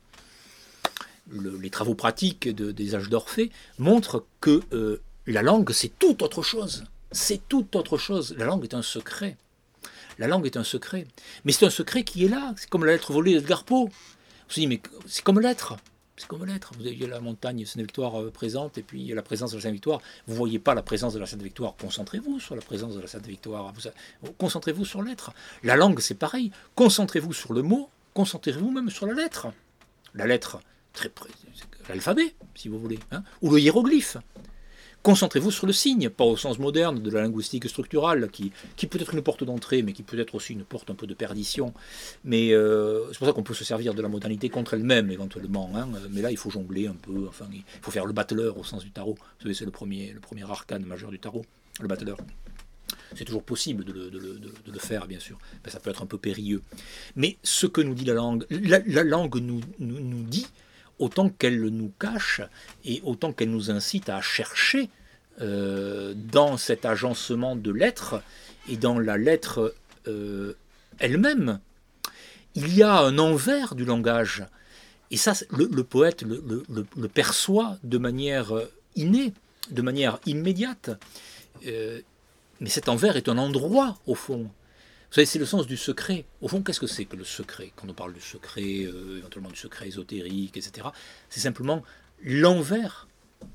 le, le, les travaux pratiques de, des âges d'Orphée, montre que euh, la langue, c'est tout autre chose. C'est tout autre chose. La langue est un secret. La langue est un secret. Mais c'est un secret qui est là. C'est comme la lettre volée d'Edgar Poe. Vous vous dites, mais c'est comme l'être. C'est comme l'être. Vous avez la montagne Sainte-Victoire euh, présente, et puis il y a la présence de la Sainte-Victoire. Vous ne voyez pas la présence de la Sainte-Victoire. Concentrez-vous sur la présence de la Sainte-Victoire. Vous, concentrez-vous sur l'être. La langue, c'est pareil. Concentrez-vous sur le mot. Concentrez-vous même sur la lettre. La lettre, très près, l'alphabet, si vous voulez, hein, ou le hiéroglyphe. concentrez-vous sur le signe, pas au sens moderne de la linguistique structurale, qui, qui peut être une porte d'entrée, mais qui peut être aussi une porte un peu de perdition. Mais euh, c'est pour ça qu'on peut se servir de la modernité contre elle-même, éventuellement. Hein. Mais là, il faut jongler un peu, enfin, il faut faire le battleur au sens du tarot. Vous savez, c'est le premier, le premier arcane majeur du tarot, le battleur. C'est toujours possible de le, de, le, de le, faire, bien sûr. Mais ça peut être un peu périlleux. Mais ce que nous dit la langue, la, la langue nous, nous, nous dit, autant qu'elle nous cache et autant qu'elle nous incite à chercher euh, dans cet agencement de lettres et dans la lettre euh, elle-même, il y a un envers du langage. Et ça, le, le poète le, le, le perçoit de manière innée, de manière immédiate. Euh, mais cet envers est un endroit, au fond. Vous savez, c'est le sens du secret. Au fond, qu'est-ce que c'est que le secret? Quand on parle du secret, euh, éventuellement du secret ésotérique, et cetera, c'est simplement l'envers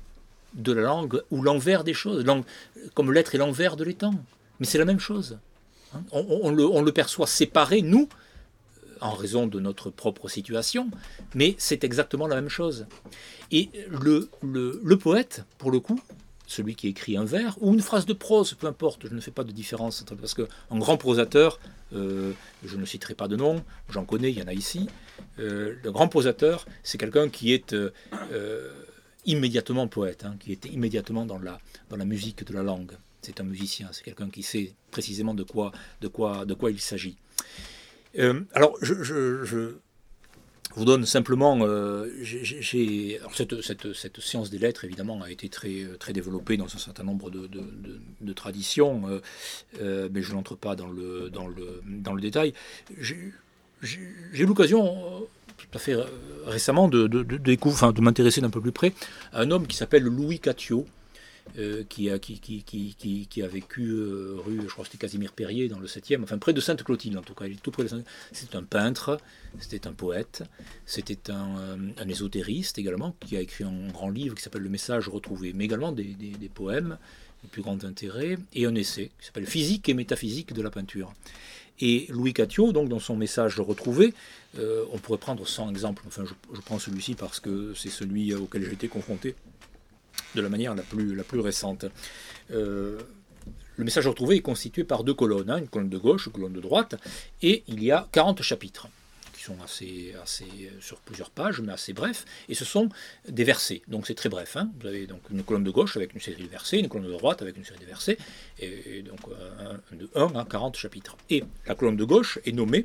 de la langue ou l'envers des choses, comme l'être est l'envers de l'étang. Mais c'est la même chose. Hein, on, on, le, on le perçoit séparé, nous, en raison de notre propre situation, mais c'est exactement la même chose. Et le, le, le poète, pour le coup, celui qui écrit un vers, ou une phrase de prose, peu importe, je ne fais pas de différence, parce qu'un grand prosateur, euh, je ne citerai pas de nom, j'en connais, il y en a ici, euh, le grand prosateur, c'est quelqu'un qui est euh, euh, immédiatement poète, hein, qui est immédiatement dans la, dans la musique de la langue. C'est un musicien, c'est quelqu'un qui sait précisément de quoi, de quoi, de quoi il s'agit. Euh, alors, je... je, je Je vous donne simplement, euh, j'ai, j'ai, alors cette, cette, cette science des lettres, évidemment, a été très, très développée dans un certain nombre de, de, de, de traditions, euh, euh, mais je n'entre pas dans le, dans le, dans le détail. J'ai, j'ai, j'ai eu l'occasion, euh, tout à fait récemment, de, de, de, de, enfin, de m'intéresser d'un peu plus près à un homme qui s'appelle Louis Catio, Euh, qui, a, qui, qui, qui, qui, qui a vécu euh, rue, je crois que c'était Casimir Périer, dans le septième, enfin près de Sainte-Clotilde en tout cas, il est tout près de Sainte- c'était un peintre, c'était un poète, c'était un, euh, un ésotériste également, qui a écrit un grand livre qui s'appelle Le Message retrouvé, mais également des, des, des poèmes de plus grand intérêt, et un essai qui s'appelle Physique et métaphysique de la peinture. Et Louis Catio, donc dans son Message retrouvé, euh, on pourrait prendre cent exemples, enfin je, je prends celui-ci parce que c'est celui auquel j'ai été confronté de la manière la plus, la plus récente. Euh, le Message retrouvé est constitué par deux colonnes, hein, une colonne de gauche, une colonne de droite, et il y a quarante chapitres, qui sont assez, assez sur plusieurs pages, mais assez brefs, et ce sont des versets, donc c'est très bref. Hein. Vous avez donc une colonne de gauche avec une série de versets, une colonne de droite avec une série de versets, et, et donc un, de un à quarante chapitres. Et la colonne de gauche est nommée,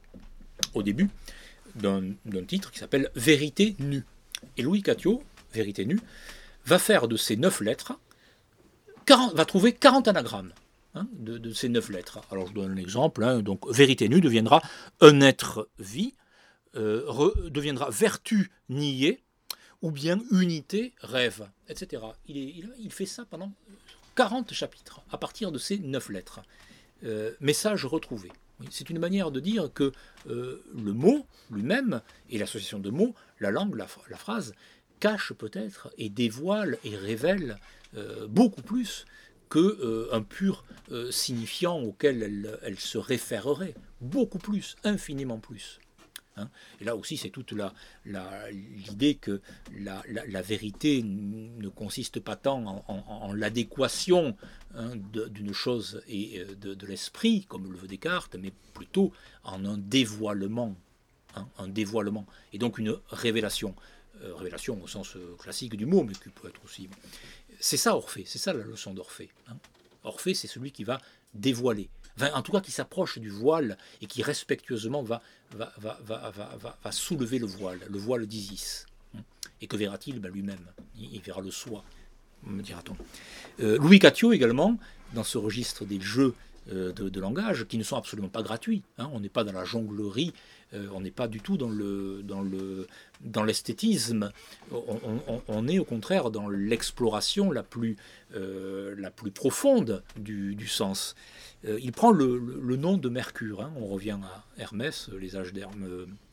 au début, d'un, d'un titre qui s'appelle « Vérité nue ». Et Louis Catio, « Vérité nue », va faire de ces neuf lettres, quarante, va trouver quarante anagrammes hein, de, de ces neuf lettres. Alors je donne un exemple, hein, donc vérité nue deviendra un être vie, euh, re, deviendra vertu niée, ou bien unité rêve, et cetera. Il, est, il, il fait ça pendant quarante chapitres, à partir de ces neuf lettres. Euh, message retrouvé. C'est une manière de dire que euh, le mot lui-même, et l'association de mots, la langue, la, la phrase, cache peut-être et dévoile et révèle euh, beaucoup plus qu'un euh, pur euh, signifiant auquel elle, elle se référerait. Beaucoup plus, infiniment plus. Hein. Et là aussi, c'est toute la, la, l'idée que la, la, la vérité ne consiste pas tant en, en, en l'adéquation hein, de, d'une chose et de, de l'esprit, comme le veut Descartes, mais plutôt en un dévoilement. Hein, un dévoilement. Et donc une révélation. Euh, révélation au sens euh, classique du mot, mais qui peut être aussi... C'est ça Orphée, c'est ça la leçon d'Orphée. Hein. Orphée, c'est celui qui va dévoiler, enfin, en tout cas qui s'approche du voile et qui respectueusement va, va, va, va, va, va, va soulever le voile, le voile d'Isis. Hein. Et que verra-t-il? Ben, lui-même, il, il verra le soi, me dira-t-on. Euh, Louis Catio également, dans ce registre des jeux euh, de, de langage, qui ne sont absolument pas gratuits. Hein. On n'est pas dans la jonglerie, euh, on n'est pas du tout dans, le, dans, le, dans l'esthétisme. On, on, on est au contraire dans l'exploration la plus, euh, la plus profonde du, du sens. Euh, il prend le, le, le nom de Mercure. Hein. On revient à Hermès, les âges d'Hermès,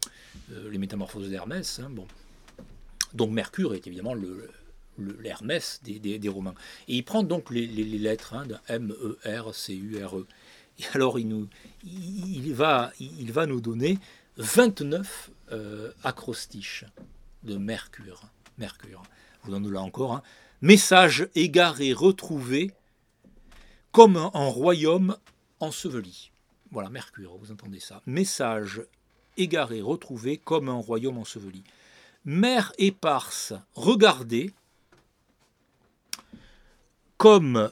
euh, les métamorphoses d'Hermès. Hein. Bon. Donc Mercure est évidemment le... l'Hermès des, des, des Romains. Et il prend donc les, les, les lettres hein, de M, E, R, C, U, R, E. Et alors il, nous, il, va, il va nous donner vingt-neuf euh, acrostiches de Mercure. Mercure. Je vous donne là encore. Hein. Message égaré retrouvé comme un, un royaume enseveli. Voilà, Mercure, vous entendez ça. Message égaré retrouvé comme un royaume enseveli. Mer éparse, regardez comme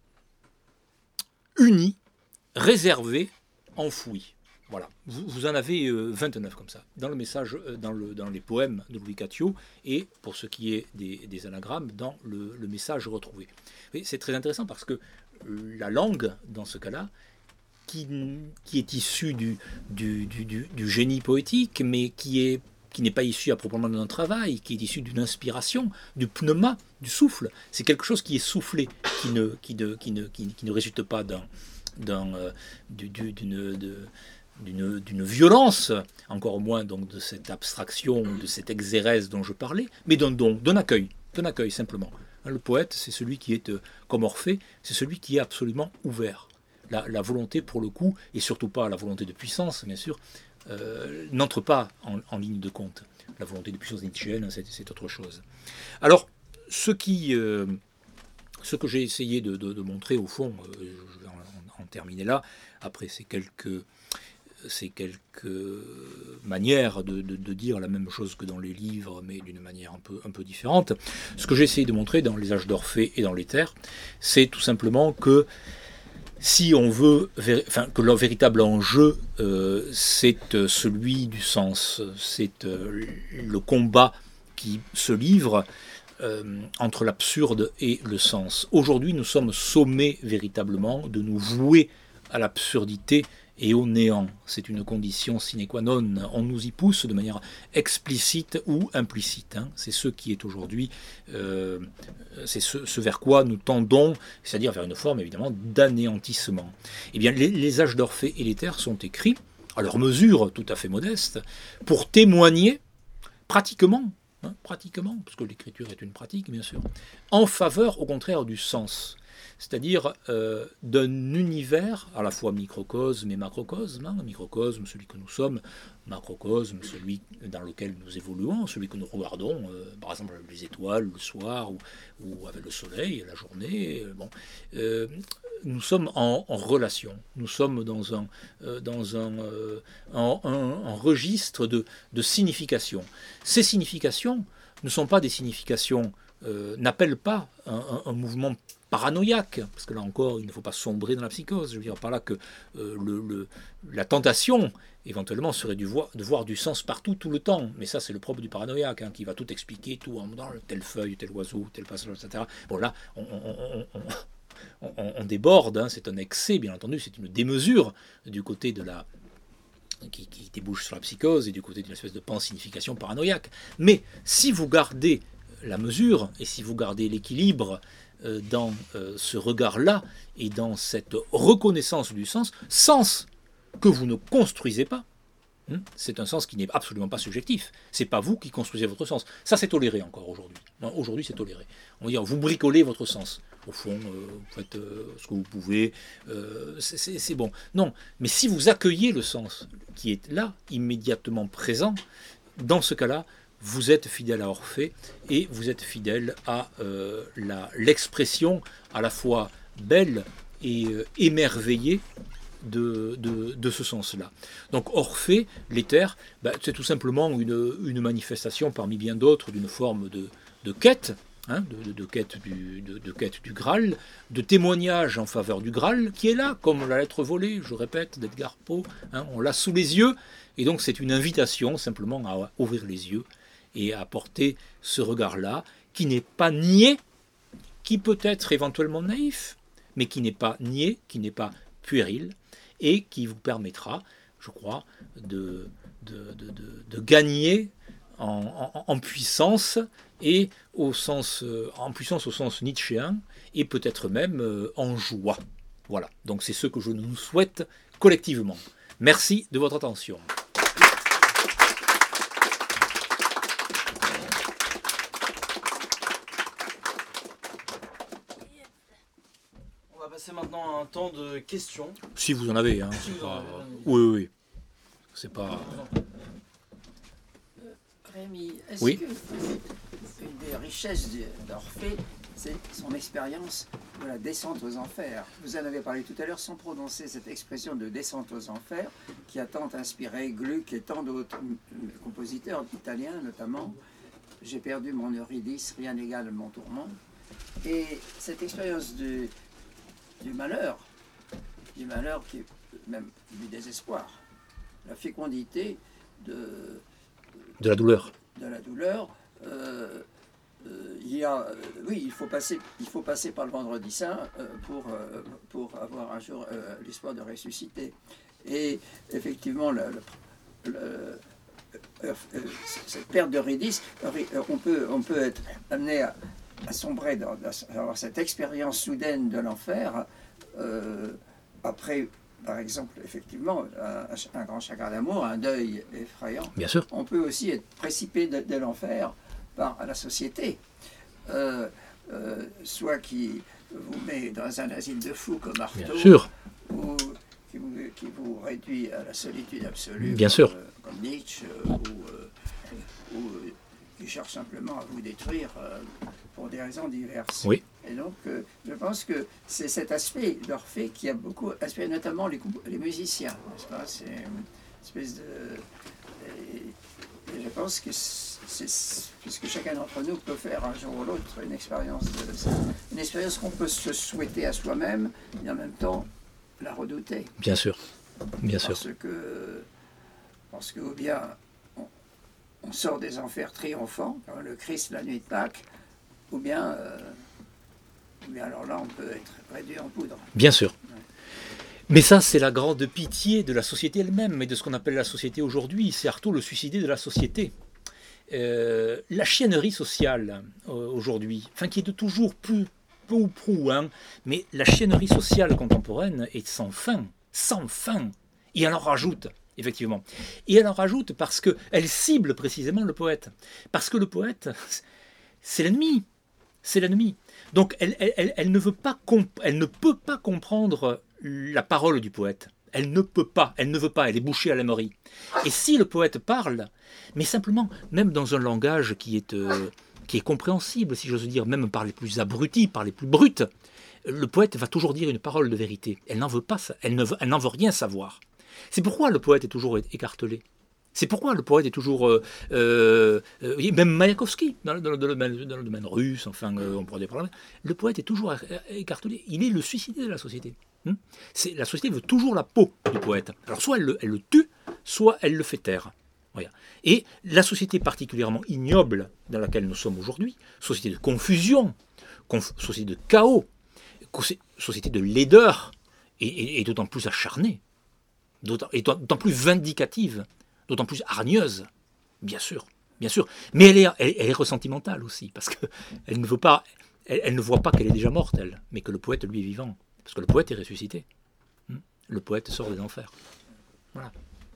unis, réservés, enfouis. Voilà, vous, vous en avez euh, vingt-neuf comme ça, dans le message, euh, dans, le, dans les poèmes de Louis Cattiot, et pour ce qui est des, des anagrammes, dans le, le message retrouvé. Et c'est très intéressant parce que la langue, dans ce cas-là, qui, qui est issue du, du, du, du, du génie poétique, mais qui est qui n'est pas issue à proprement d'un travail, qui est issue d'une inspiration, du pneuma, du souffle. C'est quelque chose qui est soufflé, qui ne, qui ne, qui ne, qui, qui ne résulte pas d'un, d'un, euh, du, du, d'une, de, d'une, d'une violence, encore moins donc de cette abstraction, de cette exérèse dont je parlais, mais d'un don, d'un accueil, d'un accueil simplement. Le poète, c'est celui qui est, euh, comme Orphée, c'est celui qui est absolument ouvert. La, la volonté, pour le coup, et surtout pas la volonté de puissance, bien sûr, Euh, n'entre pas en, en ligne de compte. La volonté de puissance nietzschéenne, c'est, c'est autre chose. Alors, ce, qui, euh, ce que j'ai essayé de, de, de montrer, au fond, euh, je vais en, en terminer là, après ces quelques, ces quelques manières de, de, de dire la même chose que dans les livres, mais d'une manière un peu, un peu différente, ce que j'ai essayé de montrer dans les âges d'Orphée et dans l'Éther, c'est tout simplement que si on veut, enfin, que le véritable enjeu, euh, c'est euh, celui du sens, c'est euh, le combat qui se livre euh, entre l'absurde et le sens. Aujourd'hui, nous sommes sommés véritablement de nous vouer à l'absurdité et au néant. C'est une condition sine qua non. On nous y pousse de manière explicite ou implicite. Hein. C'est ce qui est aujourd'hui, euh, c'est ce, ce vers quoi nous tendons, c'est-à-dire vers une forme évidemment d'anéantissement. Eh bien, les, les âges d'Orphée et l'Éther sont écrits, à leur mesure tout à fait modeste, pour témoigner pratiquement, hein, pratiquement, parce que l'écriture est une pratique bien sûr, en faveur au contraire du sens. C'est-à-dire euh, d'un univers à la fois microcosme et macrocosme, hein, microcosme, celui que nous sommes, macrocosme, celui dans lequel nous évoluons, celui que nous regardons, euh, par exemple les étoiles le soir ou, ou avec le soleil la journée. Euh, bon, euh, nous sommes en, en relation, nous sommes dans un, euh, dans un, euh, en, un, un registre de, de signification. Ces significations ne sont pas des significations, euh, n'appellent pas un, un, un mouvement paranoïaque, parce que là encore, il ne faut pas sombrer dans la psychose. Je veux dire par là que euh, le, le, la tentation, éventuellement, serait du voir, de voir du sens partout, tout le temps. Mais ça, c'est le propre du paranoïaque, hein, qui va tout expliquer, tout en dans telle feuille, tel oiseau, tel passage, et cetera. Bon, là, on, on, on, on, on, on déborde, hein, c'est un excès, bien entendu, c'est une démesure du côté de la... Qui, qui débouche sur la psychose et du côté d'une espèce de pansignification paranoïaque. Mais si vous gardez la mesure et si vous gardez l'équilibre dans euh, ce regard-là et dans cette reconnaissance du sens, sens que vous ne construisez pas. Hein, c'est un sens qui n'est absolument pas subjectif. C'est pas vous qui construisez votre sens. Ça, c'est toléré encore aujourd'hui. Non, aujourd'hui, c'est toléré. On va dire, vous bricolez votre sens. Au fond, euh, vous faites euh, ce que vous pouvez. Euh, c'est, c'est, c'est bon. Non, mais si vous accueillez le sens qui est là, immédiatement présent, dans ce cas-là, vous êtes fidèle à Orphée et vous êtes fidèle à euh, la, l'expression à la fois belle et euh, émerveillée de, de, de ce sens-là. Donc Orphée, l'Éther, ben, c'est tout simplement une, une manifestation parmi bien d'autres d'une forme de, de quête, hein, de, de, de, quête du, de, de quête du Graal, de témoignage en faveur du Graal, qui est là, comme la lettre volée, je répète, d'Edgar Poe, hein, on l'a sous les yeux, et donc c'est une invitation simplement à ouvrir les yeux et à porter ce regard-là, qui n'est pas niais, qui peut être éventuellement naïf, mais qui n'est pas niais, qui n'est pas puéril, et qui vous permettra, je crois, de, de, de, de, de gagner en, en, en puissance, et au sens, en puissance au sens nietzschéen, et peut-être même en joie. Voilà, donc c'est ce que je nous souhaite collectivement. Merci de votre attention. C'est maintenant un temps de questions. Si vous en avez, hein. Si vous en avez. Ah, oui, oui, oui. C'est pas. Euh, Rémi, est-ce oui. que une des richesses d'Orphée, c'est son expérience de la descente aux enfers. Vous en avez parlé tout à l'heure sans prononcer cette expression de descente aux enfers qui a tant inspiré Gluck et tant d'autres compositeurs italiens notamment. J'ai perdu mon Eurydice, rien n'égale mon tourment. Et cette expérience du, du malheur, du malheur qui est même du désespoir, la fécondité de, de la douleur. De la douleur. Euh, euh, il y a, euh, oui, il faut passer, il faut passer par le Vendredi Saint euh, pour euh, pour avoir un jour euh, l'espoir de ressusciter. Et effectivement, le, le, le, euh, euh, cette perte d'Eurydice, on peut on peut être amené à, à sombrer dans, dans, dans cette expérience soudaine de l'enfer euh, après. Par exemple, effectivement, un, un grand chagrin d'amour, un deuil effrayant. Bien sûr. On peut aussi être précipité de, de l'enfer par la société, euh, euh, soit qui vous met dans un asile de fous comme Artaud, Bien sûr. ou qui vous, qui vous réduit à la solitude absolue, Bien comme, sûr. Euh, comme Nietzsche, euh, ou, euh, ou euh, qui cherche simplement à vous détruire euh, pour des raisons diverses. Oui. Et donc, euh, je pense que c'est cet aspect d'Orphée qui a beaucoup inspiré notamment les, les musiciens, n'est-ce pas? C'est une espèce de... Et, et je pense que c'est, puisque chacun d'entre nous peut faire un jour ou l'autre une expérience, de, une expérience qu'on peut se souhaiter à soi-même, et en même temps la redouter. Bien sûr, bien parce sûr. Que, parce que, ou bien, on, on sort des enfers triomphants, comme le Christ la nuit de Pâques, ou bien... Euh, mais alors là, on peut être réduit en poudre. Bien sûr. Mais ça, c'est la grande pitié de la société elle-même, et de ce qu'on appelle la société aujourd'hui. C'est Artaud le suicidé de la société. Euh, la chiennerie sociale, euh, aujourd'hui, enfin, qui est de toujours plus peu ou prou, hein, mais la chiennerie sociale contemporaine est sans fin, sans fin. Et elle en rajoute, effectivement. Et elle en rajoute parce qu'elle cible précisément le poète. Parce que le poète, c'est l'ennemi. C'est l'ennemi. Donc elle, elle, elle, ne veut pas comp- elle ne peut pas comprendre la parole du poète. Elle ne peut pas, elle ne veut pas, elle est bouchée à l'âmerie. Et si le poète parle, mais simplement, même dans un langage qui est, euh, qui est compréhensible, si j'ose dire, même par les plus abrutis, par les plus brutes, le poète va toujours dire une parole de vérité. Elle n'en veut pas, elle, ne veut, elle n'en veut rien savoir. C'est pourquoi le poète est toujours écartelé. C'est pourquoi le poète est toujours... Euh, euh, même Maïakovski, dans, dans, dans, dans, dans le domaine russe, enfin, euh, on pourrait parler. Le poète est toujours écartelé. Il est le suicidé de la société. Hum C'est, la société veut toujours la peau du poète. Alors soit elle le, elle le tue, soit elle le fait taire. Voilà. Et la société particulièrement ignoble dans laquelle nous sommes aujourd'hui, société de confusion, conf, société de chaos, société de laideur, et, et, et d'autant plus acharnée, d'autant, et d'autant plus vindicative, d'autant plus hargneuse, bien sûr, bien sûr. Mais elle est, elle, elle est ressentimentale aussi, parce qu'elle ne veut pas, elle, elle ne voit pas qu'elle est déjà morte, elle, mais que le poète, lui, est vivant. Parce que le poète est ressuscité. Le poète sort des enfers. Voilà.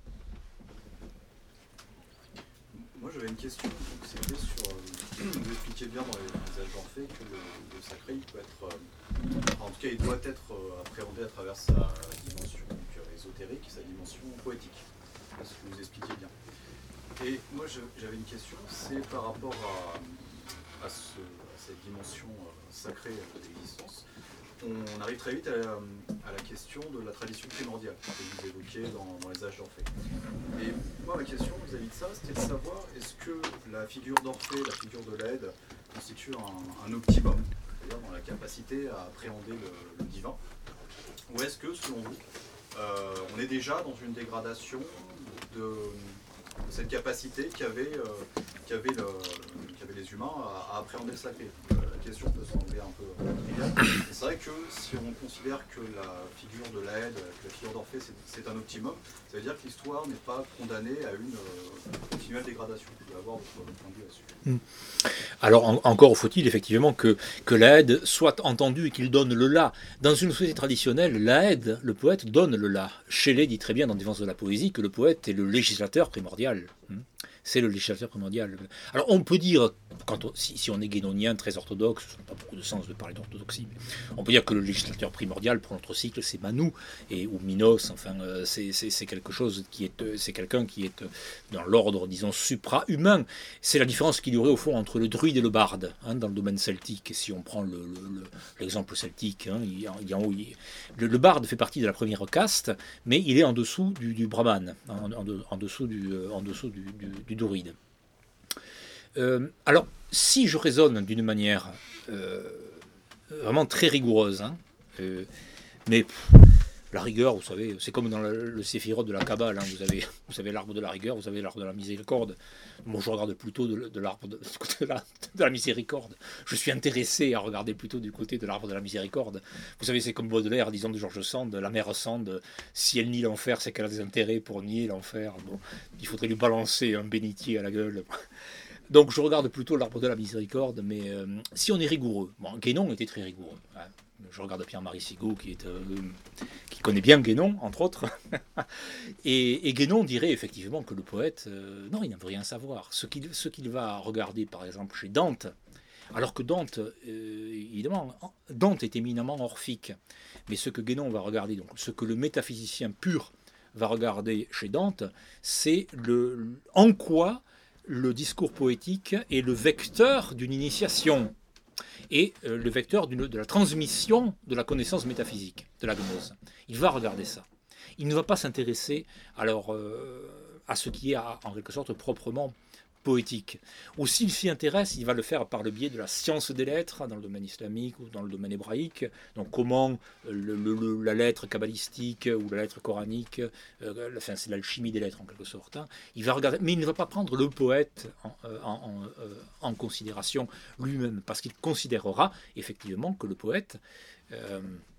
Moi, j'avais une question. Donc, c'était sur... Euh, vous expliquiez bien dans les, dans les âges d'Orphée que le, le sacré, il peut être... Euh, en tout cas, il doit être euh, appréhendé à travers sa dimension donc, ésotérique et sa dimension poétique. Ce que vous expliquez bien. Et moi, je, j'avais une question, c'est par rapport à, à, ce, à cette dimension euh, sacrée de l'existence. On arrive très vite à la, à la question de la tradition primordiale que vous évoquiez dans, dans les âges d'Orphée. Et moi, ma question vis-à-vis de ça, c'était de savoir est-ce que la figure d'Orphée, la figure de l'Aède, constitue un, un optimum, c'est-à-dire dans la capacité à appréhender le, le divin, ou est-ce que, selon vous, euh, on est déjà dans une dégradation de cette capacité qu'avaient, euh, qu'avaient, le, qu'avaient les humains à, à appréhender le sacré. Euh, la question peut sembler un peu triviale. C'est vrai que si on considère que la figure de l'Aède, que la figure d'Orphée, c'est, c'est un optimum, ça veut dire que l'histoire n'est pas condamnée à une euh, continuelle dégradation. Vous pouvez avoir votre, votre point de vue là-dessus. Mmh. Alors en, encore faut-il effectivement que, que l'Aède soit entendue et qu'il donne le la. Dans une société traditionnelle, l'Aède, le poète, donne le la. Shelley dit très bien dans Défense de la poésie que le poète est le législateur primordial. c'est le législateur primordial. Alors on peut dire, quand on, si, si on est guénonien, très orthodoxe, ça n'a pas beaucoup de sens de parler d'orthodoxie, mais on peut dire que le législateur primordial pour notre cycle, c'est Manu, et, ou Minos, enfin, euh, c'est, c'est, c'est quelque chose qui est, c'est quelqu'un qui est dans l'ordre, disons, supra-humain. C'est la différence qu'il y aurait au fond entre le druide et le barde, hein, dans le domaine celtique. Et si on prend le, le, le, l'exemple celtique, hein, il, il, il, le, le barde fait partie de la première caste, mais il est en dessous du, du brahman, en, en, en dessous du, en dessous du, du, du druide. Euh, alors, si je raisonne d'une manière euh, vraiment très rigoureuse, hein, euh, mais pff, la rigueur, vous savez, c'est comme dans le, le séphiroth de la Kabbale, hein, vous avez, vous avez l'arbre de la rigueur, vous avez l'arbre de la miséricorde. Moi, je regarde plutôt de, de l'arbre de, de, la, de la miséricorde. Je suis intéressé à regarder plutôt du côté de l'arbre de la miséricorde. Vous savez, c'est comme Baudelaire, disons de George Sand, la mère Sand, si elle nie l'enfer, c'est qu'elle a des intérêts pour nier l'enfer. Bon, il faudrait lui balancer un bénitier à la gueule. Donc je regarde plutôt l'arbre de la miséricorde, mais euh, si on est rigoureux, bon, Guénon était très rigoureux. Hein. Je regarde Pierre-Marie Sigaud, qui, est, euh, qui connaît bien Guénon, entre autres. et, et Guénon dirait effectivement que le poète, euh, non, il ne veut rien savoir. Ce qu'il, ce qu'il va regarder, par exemple, chez Dante, alors que Dante, euh, évidemment, Dante est éminemment orphique, mais ce que Guénon va regarder, donc ce que le métaphysicien pur va regarder chez Dante, c'est le, en quoi le discours poétique est le vecteur d'une initiation et euh, le vecteur d'une, de la transmission de la connaissance métaphysique, de la gnose. Il va regarder ça. Il ne va pas s'intéresser alors, euh, à ce qui est à, en quelque sorte proprement poétique. Ou s'il s'y intéresse, il va le faire par le biais de la science des lettres, dans le domaine islamique ou dans le domaine hébraïque. Donc comment le, le, la lettre kabbalistique ou la lettre coranique, euh, enfin, c'est l'alchimie des lettres en quelque sorte. Hein. Il va regarder, mais il ne va pas prendre le poète en, en, en, en considération lui-même, parce qu'il considérera effectivement que le poète euh,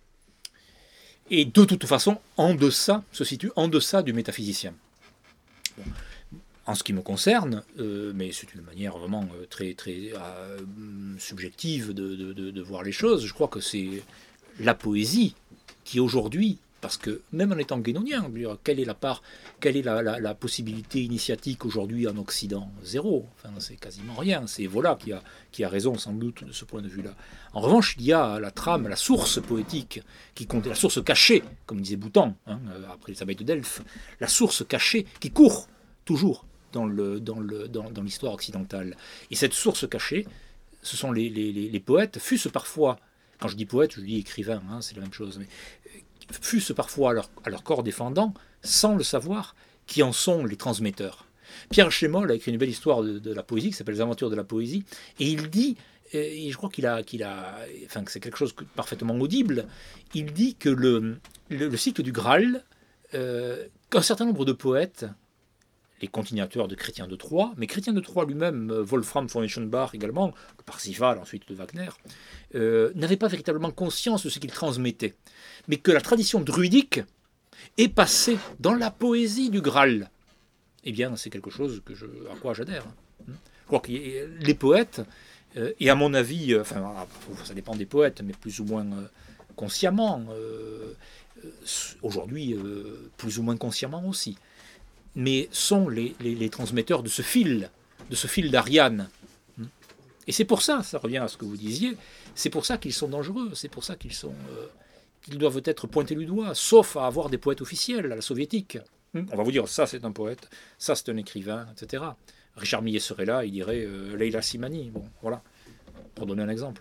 est de toute façon en deçà, se situe en deçà du métaphysicien. Bon. En ce qui me concerne, euh, mais c'est une manière vraiment euh, très, très euh, subjective de, de, de, de voir les choses, je crois que c'est la poésie qui aujourd'hui, parce que même en étant guénonien, quelle est la part, quelle est la, la, la possibilité initiatique aujourd'hui en Occident? Zéro, enfin, c'est quasiment rien. C'est Vola qui a, qui a raison sans doute de ce point de vue-là. En revanche, il y a la trame, la source poétique, qui compte, la source cachée, comme disait Boutan, hein, après les abeilles de Delphes, la source cachée qui court toujours dans, le, dans, le, dans, dans l'histoire occidentale. Et cette source cachée, ce sont les, les, les, les poètes, fût-ce parfois, quand je dis poète, je dis écrivain, hein, c'est la même chose, mais fût-ce parfois à leur, à leur corps défendant, sans le savoir, qui en sont les transmetteurs. Pierre Chémol a écrit une belle histoire de, de la poésie, qui s'appelle Les Aventures de la poésie, et il dit, et je crois qu'il a, qu'il a, enfin que c'est quelque chose de parfaitement audible, il dit que le, le, le cycle du Graal, euh, qu'un certain nombre de poètes, les continuateurs de Chrétien de Troyes, mais Chrétien de Troyes lui-même, Wolfram von Eschenbach également, Parsifal ensuite de Wagner, euh, n'avaient pas véritablement conscience de ce qu'ils transmettaient, mais que la tradition druidique est passée dans la poésie du Graal. Eh bien, c'est quelque chose que je, à quoi j'adhère. Je crois que les poètes, euh, et à mon avis, euh, enfin, ça dépend des poètes, mais plus ou moins euh, consciemment, euh, aujourd'hui, euh, plus ou moins consciemment aussi, mais sont les, les, les transmetteurs de ce fil, de ce fil d'Ariane. Et c'est pour ça, ça revient à ce que vous disiez, c'est pour ça qu'ils sont dangereux, c'est pour ça qu'ils sont, euh, qu'ils doivent être pointés du doigt, sauf à avoir des poètes officiels, à la soviétique. On va vous dire, ça c'est un poète, ça c'est un écrivain, et cetera. Richard Millet serait là, il dirait euh, Leila Simani, bon, voilà, pour donner un exemple.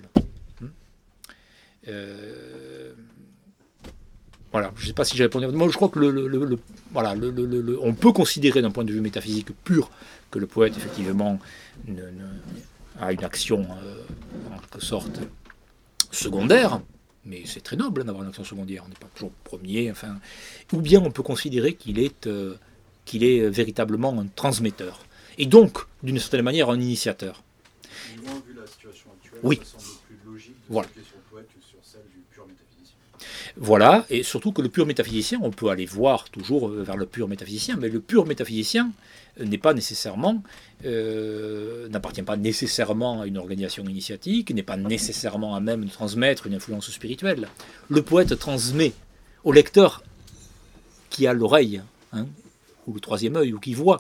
Euh... Voilà, je ne sais pas si j'ai répondu. Moi, je crois que le, le, le, le, voilà, le, le, le, on peut considérer d'un point de vue métaphysique pur que le poète, effectivement, ne, ne, a une action, euh, en quelque sorte, secondaire, mais c'est très noble d'avoir une action secondaire, on n'est pas toujours premier, enfin. Ou bien on peut considérer qu'il est, euh, qu'il est véritablement un transmetteur, et donc, d'une certaine manière, un initiateur. Moins vu la situation actuelle, oui. Ça semble plus logique de voilà. s'appuyer sur le poète que sur celle du pur métaphysicien. Voilà, et surtout que le pur métaphysicien, on peut aller voir toujours vers le pur métaphysicien, mais le pur métaphysicien n'est pas nécessairement, euh, n'appartient pas nécessairement à une organisation initiatique, n'est pas nécessairement à même de transmettre une influence spirituelle. Le poète transmet au lecteur qui a l'oreille, hein, ou le troisième œil, ou qui voit,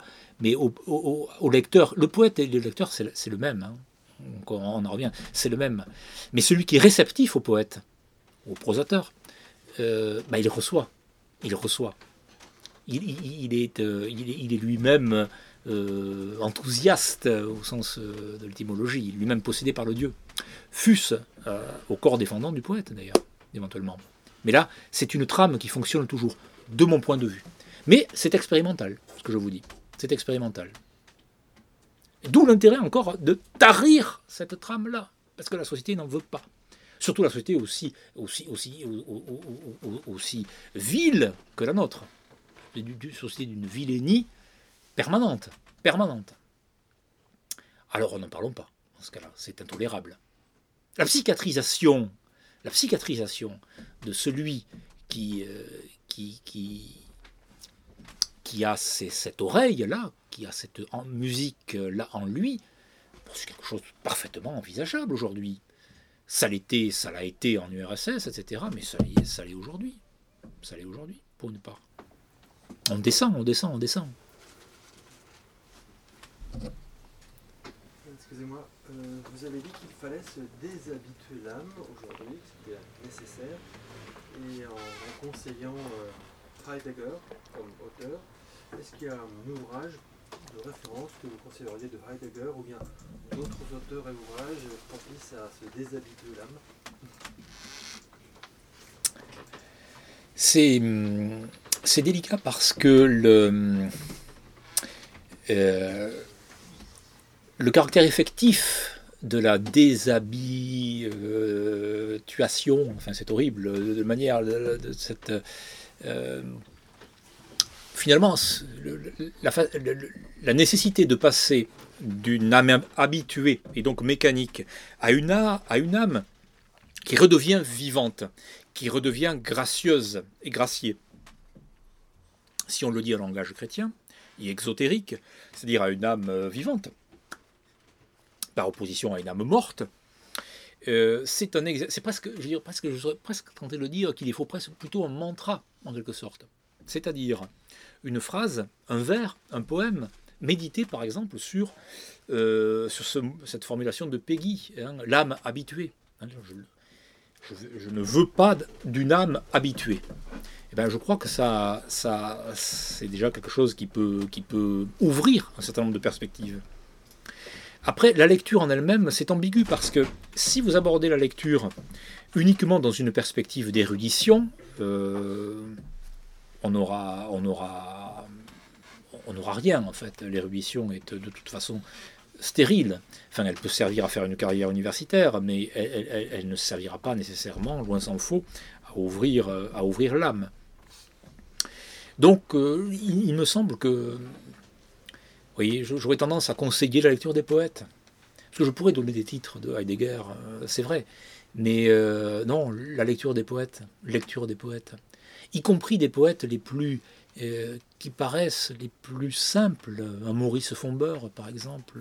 mais au, au, au lecteur, le poète et le lecteur, c'est, c'est le même. Hein. Donc on, on en revient, c'est le même. Mais celui qui est réceptif au poète, au prosateur, euh, bah, il reçoit. Il reçoit. Il, il, il, est, euh, il, est, il est lui-même euh, enthousiaste au sens euh, de l'étymologie, lui-même possédé par le Dieu. Fût-ce euh, au corps défendant du poète, d'ailleurs, éventuellement. Mais là, c'est une trame qui fonctionne toujours, de mon point de vue. Mais c'est expérimental, ce que je vous dis. C'est expérimental. D'où l'intérêt encore de tarir cette trame-là, parce que la société n'en veut pas. Surtout la société aussi, aussi, aussi, aussi, aussi vile que la nôtre. Une société d'une vilainie permanente, permanente. Alors n'en parlons pas, dans ce cas-là, c'est intolérable. La psychiatrisation, la psychiatrisation de celui qui, euh, qui, qui, qui a ces, cette oreille-là, qui a cette en, musique-là en lui, c'est quelque chose de parfaitement envisageable aujourd'hui. Ça l'était, ça l'a été en U R S S, et cetera, mais ça l'est, ça l'est aujourd'hui. Ça l'est aujourd'hui, pour une part. On descend, on descend, on descend. Excusez-moi, euh, vous avez dit qu'il fallait se déshabituer l'âme aujourd'hui, que c'était nécessaire, et en, en conseillant euh, Heidegger comme auteur, est-ce qu'il y a un ouvrage de référence que vous conseilleriez de Heidegger ou bien d'autres auteurs et ouvrages propices à se déshabituer l'âme? C'est, c'est délicat parce que le, euh, le caractère effectif de la déshabituation, enfin c'est horrible, de manière de, de cette... Euh, finalement, le, la, le, la nécessité de passer d'une âme habituée et donc mécanique à une, à une âme qui redevient vivante, qui redevient gracieuse et graciée. Si on le dit en langage chrétien et exotérique, c'est-à-dire à une âme vivante, par opposition à une âme morte, euh, c'est un exa- c'est presque, je veux dire, presque, je serais presque tenté de le dire qu'il faut presque plutôt un mantra en quelque sorte, c'est-à-dire une phrase, un vers, un poème, médité par exemple sur, euh, sur ce, cette formulation de Péguy, hein, l'âme habituée. Hein, je, je, je ne veux pas d'une âme habituée. Eh ben, je crois que ça, ça, c'est déjà quelque chose qui peut, qui peut ouvrir un certain nombre de perspectives. Après, la lecture en elle-même, c'est ambigu parce que si vous abordez la lecture uniquement dans une perspective d'érudition, euh, on aura, on aura, on n'aura rien en fait. L'érudition est de toute façon stérile. Enfin, elle peut servir à faire une carrière universitaire, mais elle, elle, elle ne servira pas nécessairement, loin s'en faut, à ouvrir, à ouvrir l'âme. Donc, euh, il, il me semble que, vous voyez, j'aurais tendance à conseiller la lecture des poètes. Parce que je pourrais donner des titres de Heidegger, euh, c'est vrai. Mais euh, non, la lecture des poètes, lecture des poètes. Y compris des poètes les plus, euh, qui paraissent les plus simples. Un Maurice Fombeur, par exemple.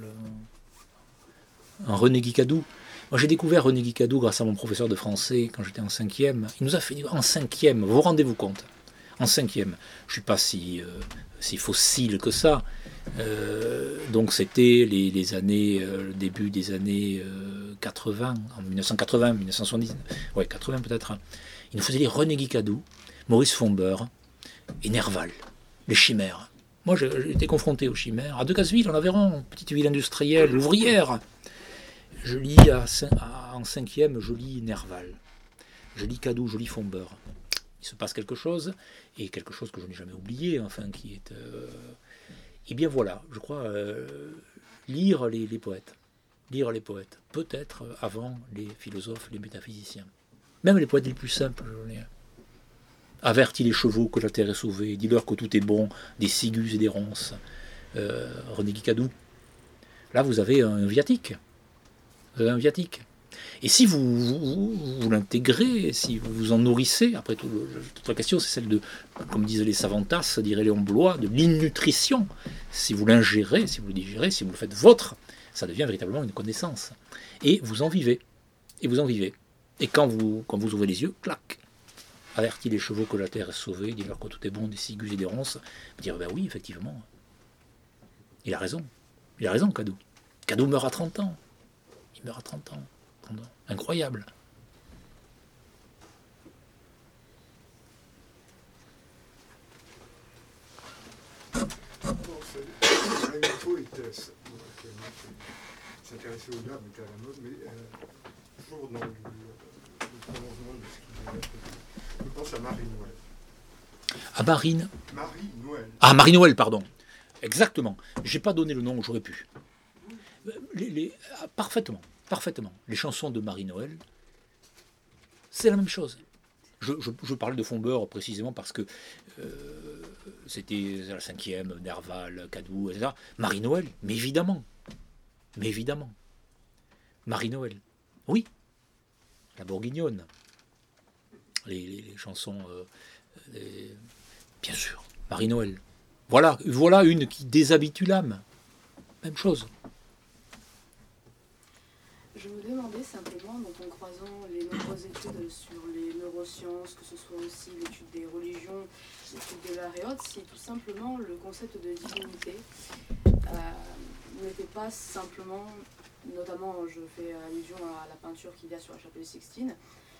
Un René Guicadou. Moi, j'ai découvert René Guicadou grâce à mon professeur de français quand j'étais en cinquième. Il nous a fait en cinquième, vous vous rendez-vous compte? En cinquième. Je ne suis pas si, euh, si fossile que ça. Euh, donc c'était les, les années, euh, le début des années euh, quatre-vingts, en mille neuf cent quatre-vingts, mille neuf cent soixante-dix, ouais, quatre-vingts peut-être. Il nous faisait lire René Guicadou, Maurice Fombeur et Nerval, les chimères. Moi, j'ai été confronté aux chimères. À Decazeville, en Aveyron, petite ville industrielle, ouvrière. Je lis à, à, en cinquième, je lis Nerval. Je lis Cadou, je lis Fombeur. Il se passe quelque chose, et quelque chose que je n'ai jamais oublié, enfin, qui est... Euh, Eh bien voilà, je crois, euh, lire les, les poètes, lire les poètes, peut-être avant les philosophes, les métaphysiciens. Même les poètes les plus simples, je l'ai. Avertis les chevaux que la terre est sauvée, dis-leur que tout est bon, des ciguës et des ronces. Euh, René Guicadou. Là, vous avez un viatique. Vous avez un viatique. Et si vous, vous, vous l'intégrez, si vous vous en nourrissez, après tout, le, toute la question c'est celle de, comme disent les savantasses, dirait Léon Blois, de l'innutrition. Si vous l'ingérez, si vous le digérez, si vous le faites vôtre, ça devient véritablement une connaissance. Et vous en vivez. Et vous en vivez. Et quand vous, quand vous ouvrez les yeux, clac, avertis les chevaux que la terre est sauvée, dis-leur que tout est bon, des ciguës et des ronces, vous dire, ben oui, effectivement. Il a raison. Il a raison, Cadou. Cadou meurt à trente ans. Il meurt à trente ans. trente ans. Incroyable. Rémito était s'intéresser aux dames, était à la mode, mais euh, toujours dans le, le prolongement de ce qui devait être dit. Je pense à Marie-Noël. À Marine. Marie-Noël. Ah, Marie-Noël, pardon. Exactement. J'ai pas donné le nom, j'aurais pu. Les, les, ah, parfaitement, parfaitement. Les chansons de Marie-Noël, c'est la même chose. Je, je, je parlais de Fombeur précisément parce que euh, c'était la cinquième, Nerval, Cadou, et cetera. Marie-Noël, mais évidemment. Mais évidemment. Marie-Noël. Oui. La Bourguignonne. Les, les, les chansons... Euh, les... Bien sûr. Marie-Noël. Voilà, voilà une qui déshabitue l'âme. Même chose. Je me demandais simplement, donc en croisant les nombreuses études sur les neurosciences, que ce soit aussi l'étude des religions, l'étude de l'art et autres, si tout simplement le concept de divinité euh, n'était pas simplement, notamment je fais allusion à la peinture qu'il y a sur la chapelle Sixtine,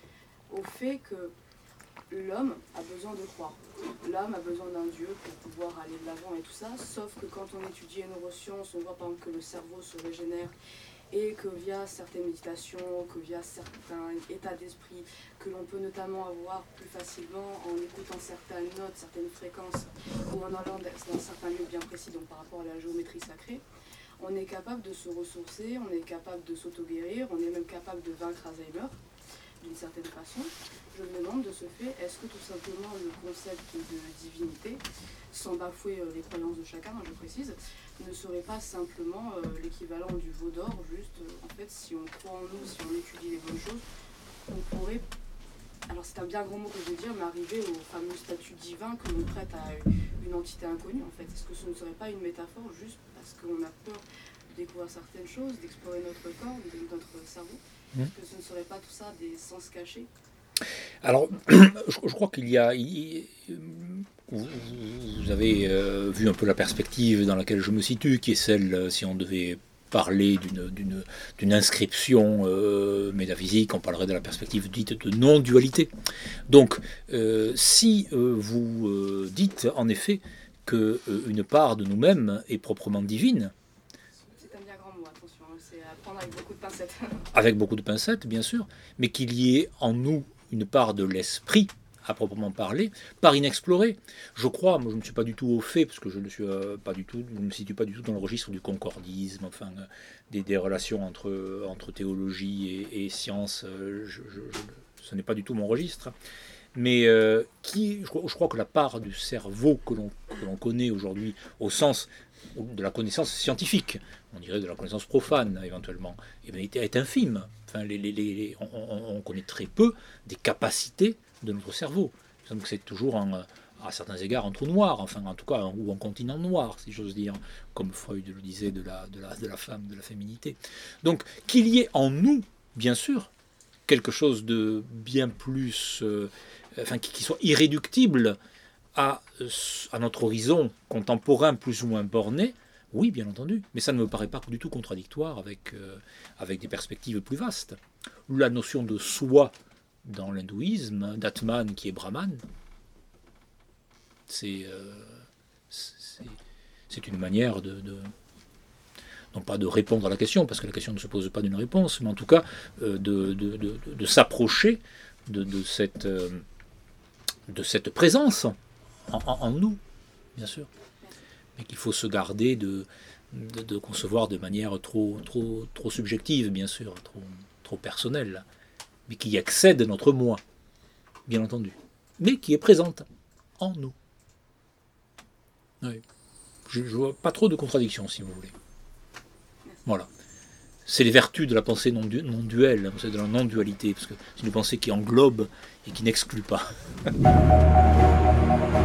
au fait que l'homme a besoin de croire. L'homme a besoin d'un Dieu pour pouvoir aller de l'avant et tout ça, sauf que quand on étudie les neurosciences, on voit par exemple que le cerveau se régénère et que via certaines méditations, que via certains états d'esprit, que l'on peut notamment avoir plus facilement en écoutant certaines notes, certaines fréquences, ou en allant dans certains lieux bien précis, donc par rapport à la géométrie sacrée, on est capable de se ressourcer, on est capable de s'auto-guérir, on est même capable de vaincre Alzheimer, d'une certaine façon. Je me demande de ce fait, est-ce que tout simplement le concept de divinité, sans bafouer les croyances de chacun, je précise, ne serait pas simplement euh, l'équivalent du veau d'or, juste, euh, en fait, si on croit en nous, si on étudie les bonnes choses, on pourrait, alors c'est un bien grand mot que je veux dire, mais arriver au fameux statut divin que l'on prête à une entité inconnue, en fait. Est-ce que ce ne serait pas une métaphore juste parce qu'on a peur de découvrir certaines choses, d'explorer notre corps, notre cerveau? Est-ce que ce ne serait pas tout ça des sens cachés? Alors, je, je crois qu'il y a... Il, vous, vous avez euh, vu un peu la perspective dans laquelle je me situe, qui est celle, si on devait parler d'une, d'une, d'une inscription euh, métaphysique, on parlerait de la perspective dite de non-dualité. Donc, euh, si euh, vous euh, dites en effet qu'une euh, part de nous-mêmes est proprement divine, c'est un bien grand mot, attention, c'est à prendre avec beaucoup de pincettes. Avec beaucoup de pincettes, bien sûr, mais qu'il y ait en nous une part de l'esprit, à proprement parler, part inexplorée. Je crois, moi je ne suis pas du tout au fait, parce que je ne suis euh, pas du tout, je ne me situe pas du tout dans le registre du concordisme, enfin, euh, des, des relations entre, entre théologie et, et science, euh, je, je, je, ce n'est pas du tout mon registre. Mais euh, qui, je, je crois que la part du cerveau que l'on, que l'on connaît aujourd'hui, au sens de la connaissance scientifique, on dirait de la connaissance profane éventuellement, eh bien, est infime. Enfin, les, les, les, on, on, on connaît très peu des capacites de notre cerveau. Donc c'est toujours un, à certains égards un trou noir, enfin en tout cas un, ou un continent noir, si j'ose dire, comme Freud le disait de la, de la, de la femme, de la féminité. Donc qu'il y ait en nous, bien sûr, quelque chose de bien plus, euh, enfin qui, qui soit irréductible à, à notre horizon contemporain plus ou moins borné, oui, bien entendu, mais ça ne me paraît pas du tout contradictoire avec, euh, avec des perspectives plus vastes. La notion de soi dans l'hindouisme, d'Atman qui est Brahman, c'est, euh, c'est, c'est une manière de, de, non pas de répondre à la question, parce que la question ne se pose pas d'une réponse, mais en tout cas euh, de, de, de, de s'approcher de, de, cette, euh, de cette présence en, en, en nous, bien sûr. Mais qu'il faut se garder de, de, de concevoir de manière trop, trop, trop subjective, bien sûr, trop, trop personnelle, mais qui excède notre moi, bien entendu, mais qui est présente en nous. Oui. Je ne vois pas trop de contradictions, si vous voulez. Voilà. C'est les vertus de la pensée non, du, non duelle, c'est de la non-dualité, parce que c'est une pensée qui englobe et qui n'exclut pas.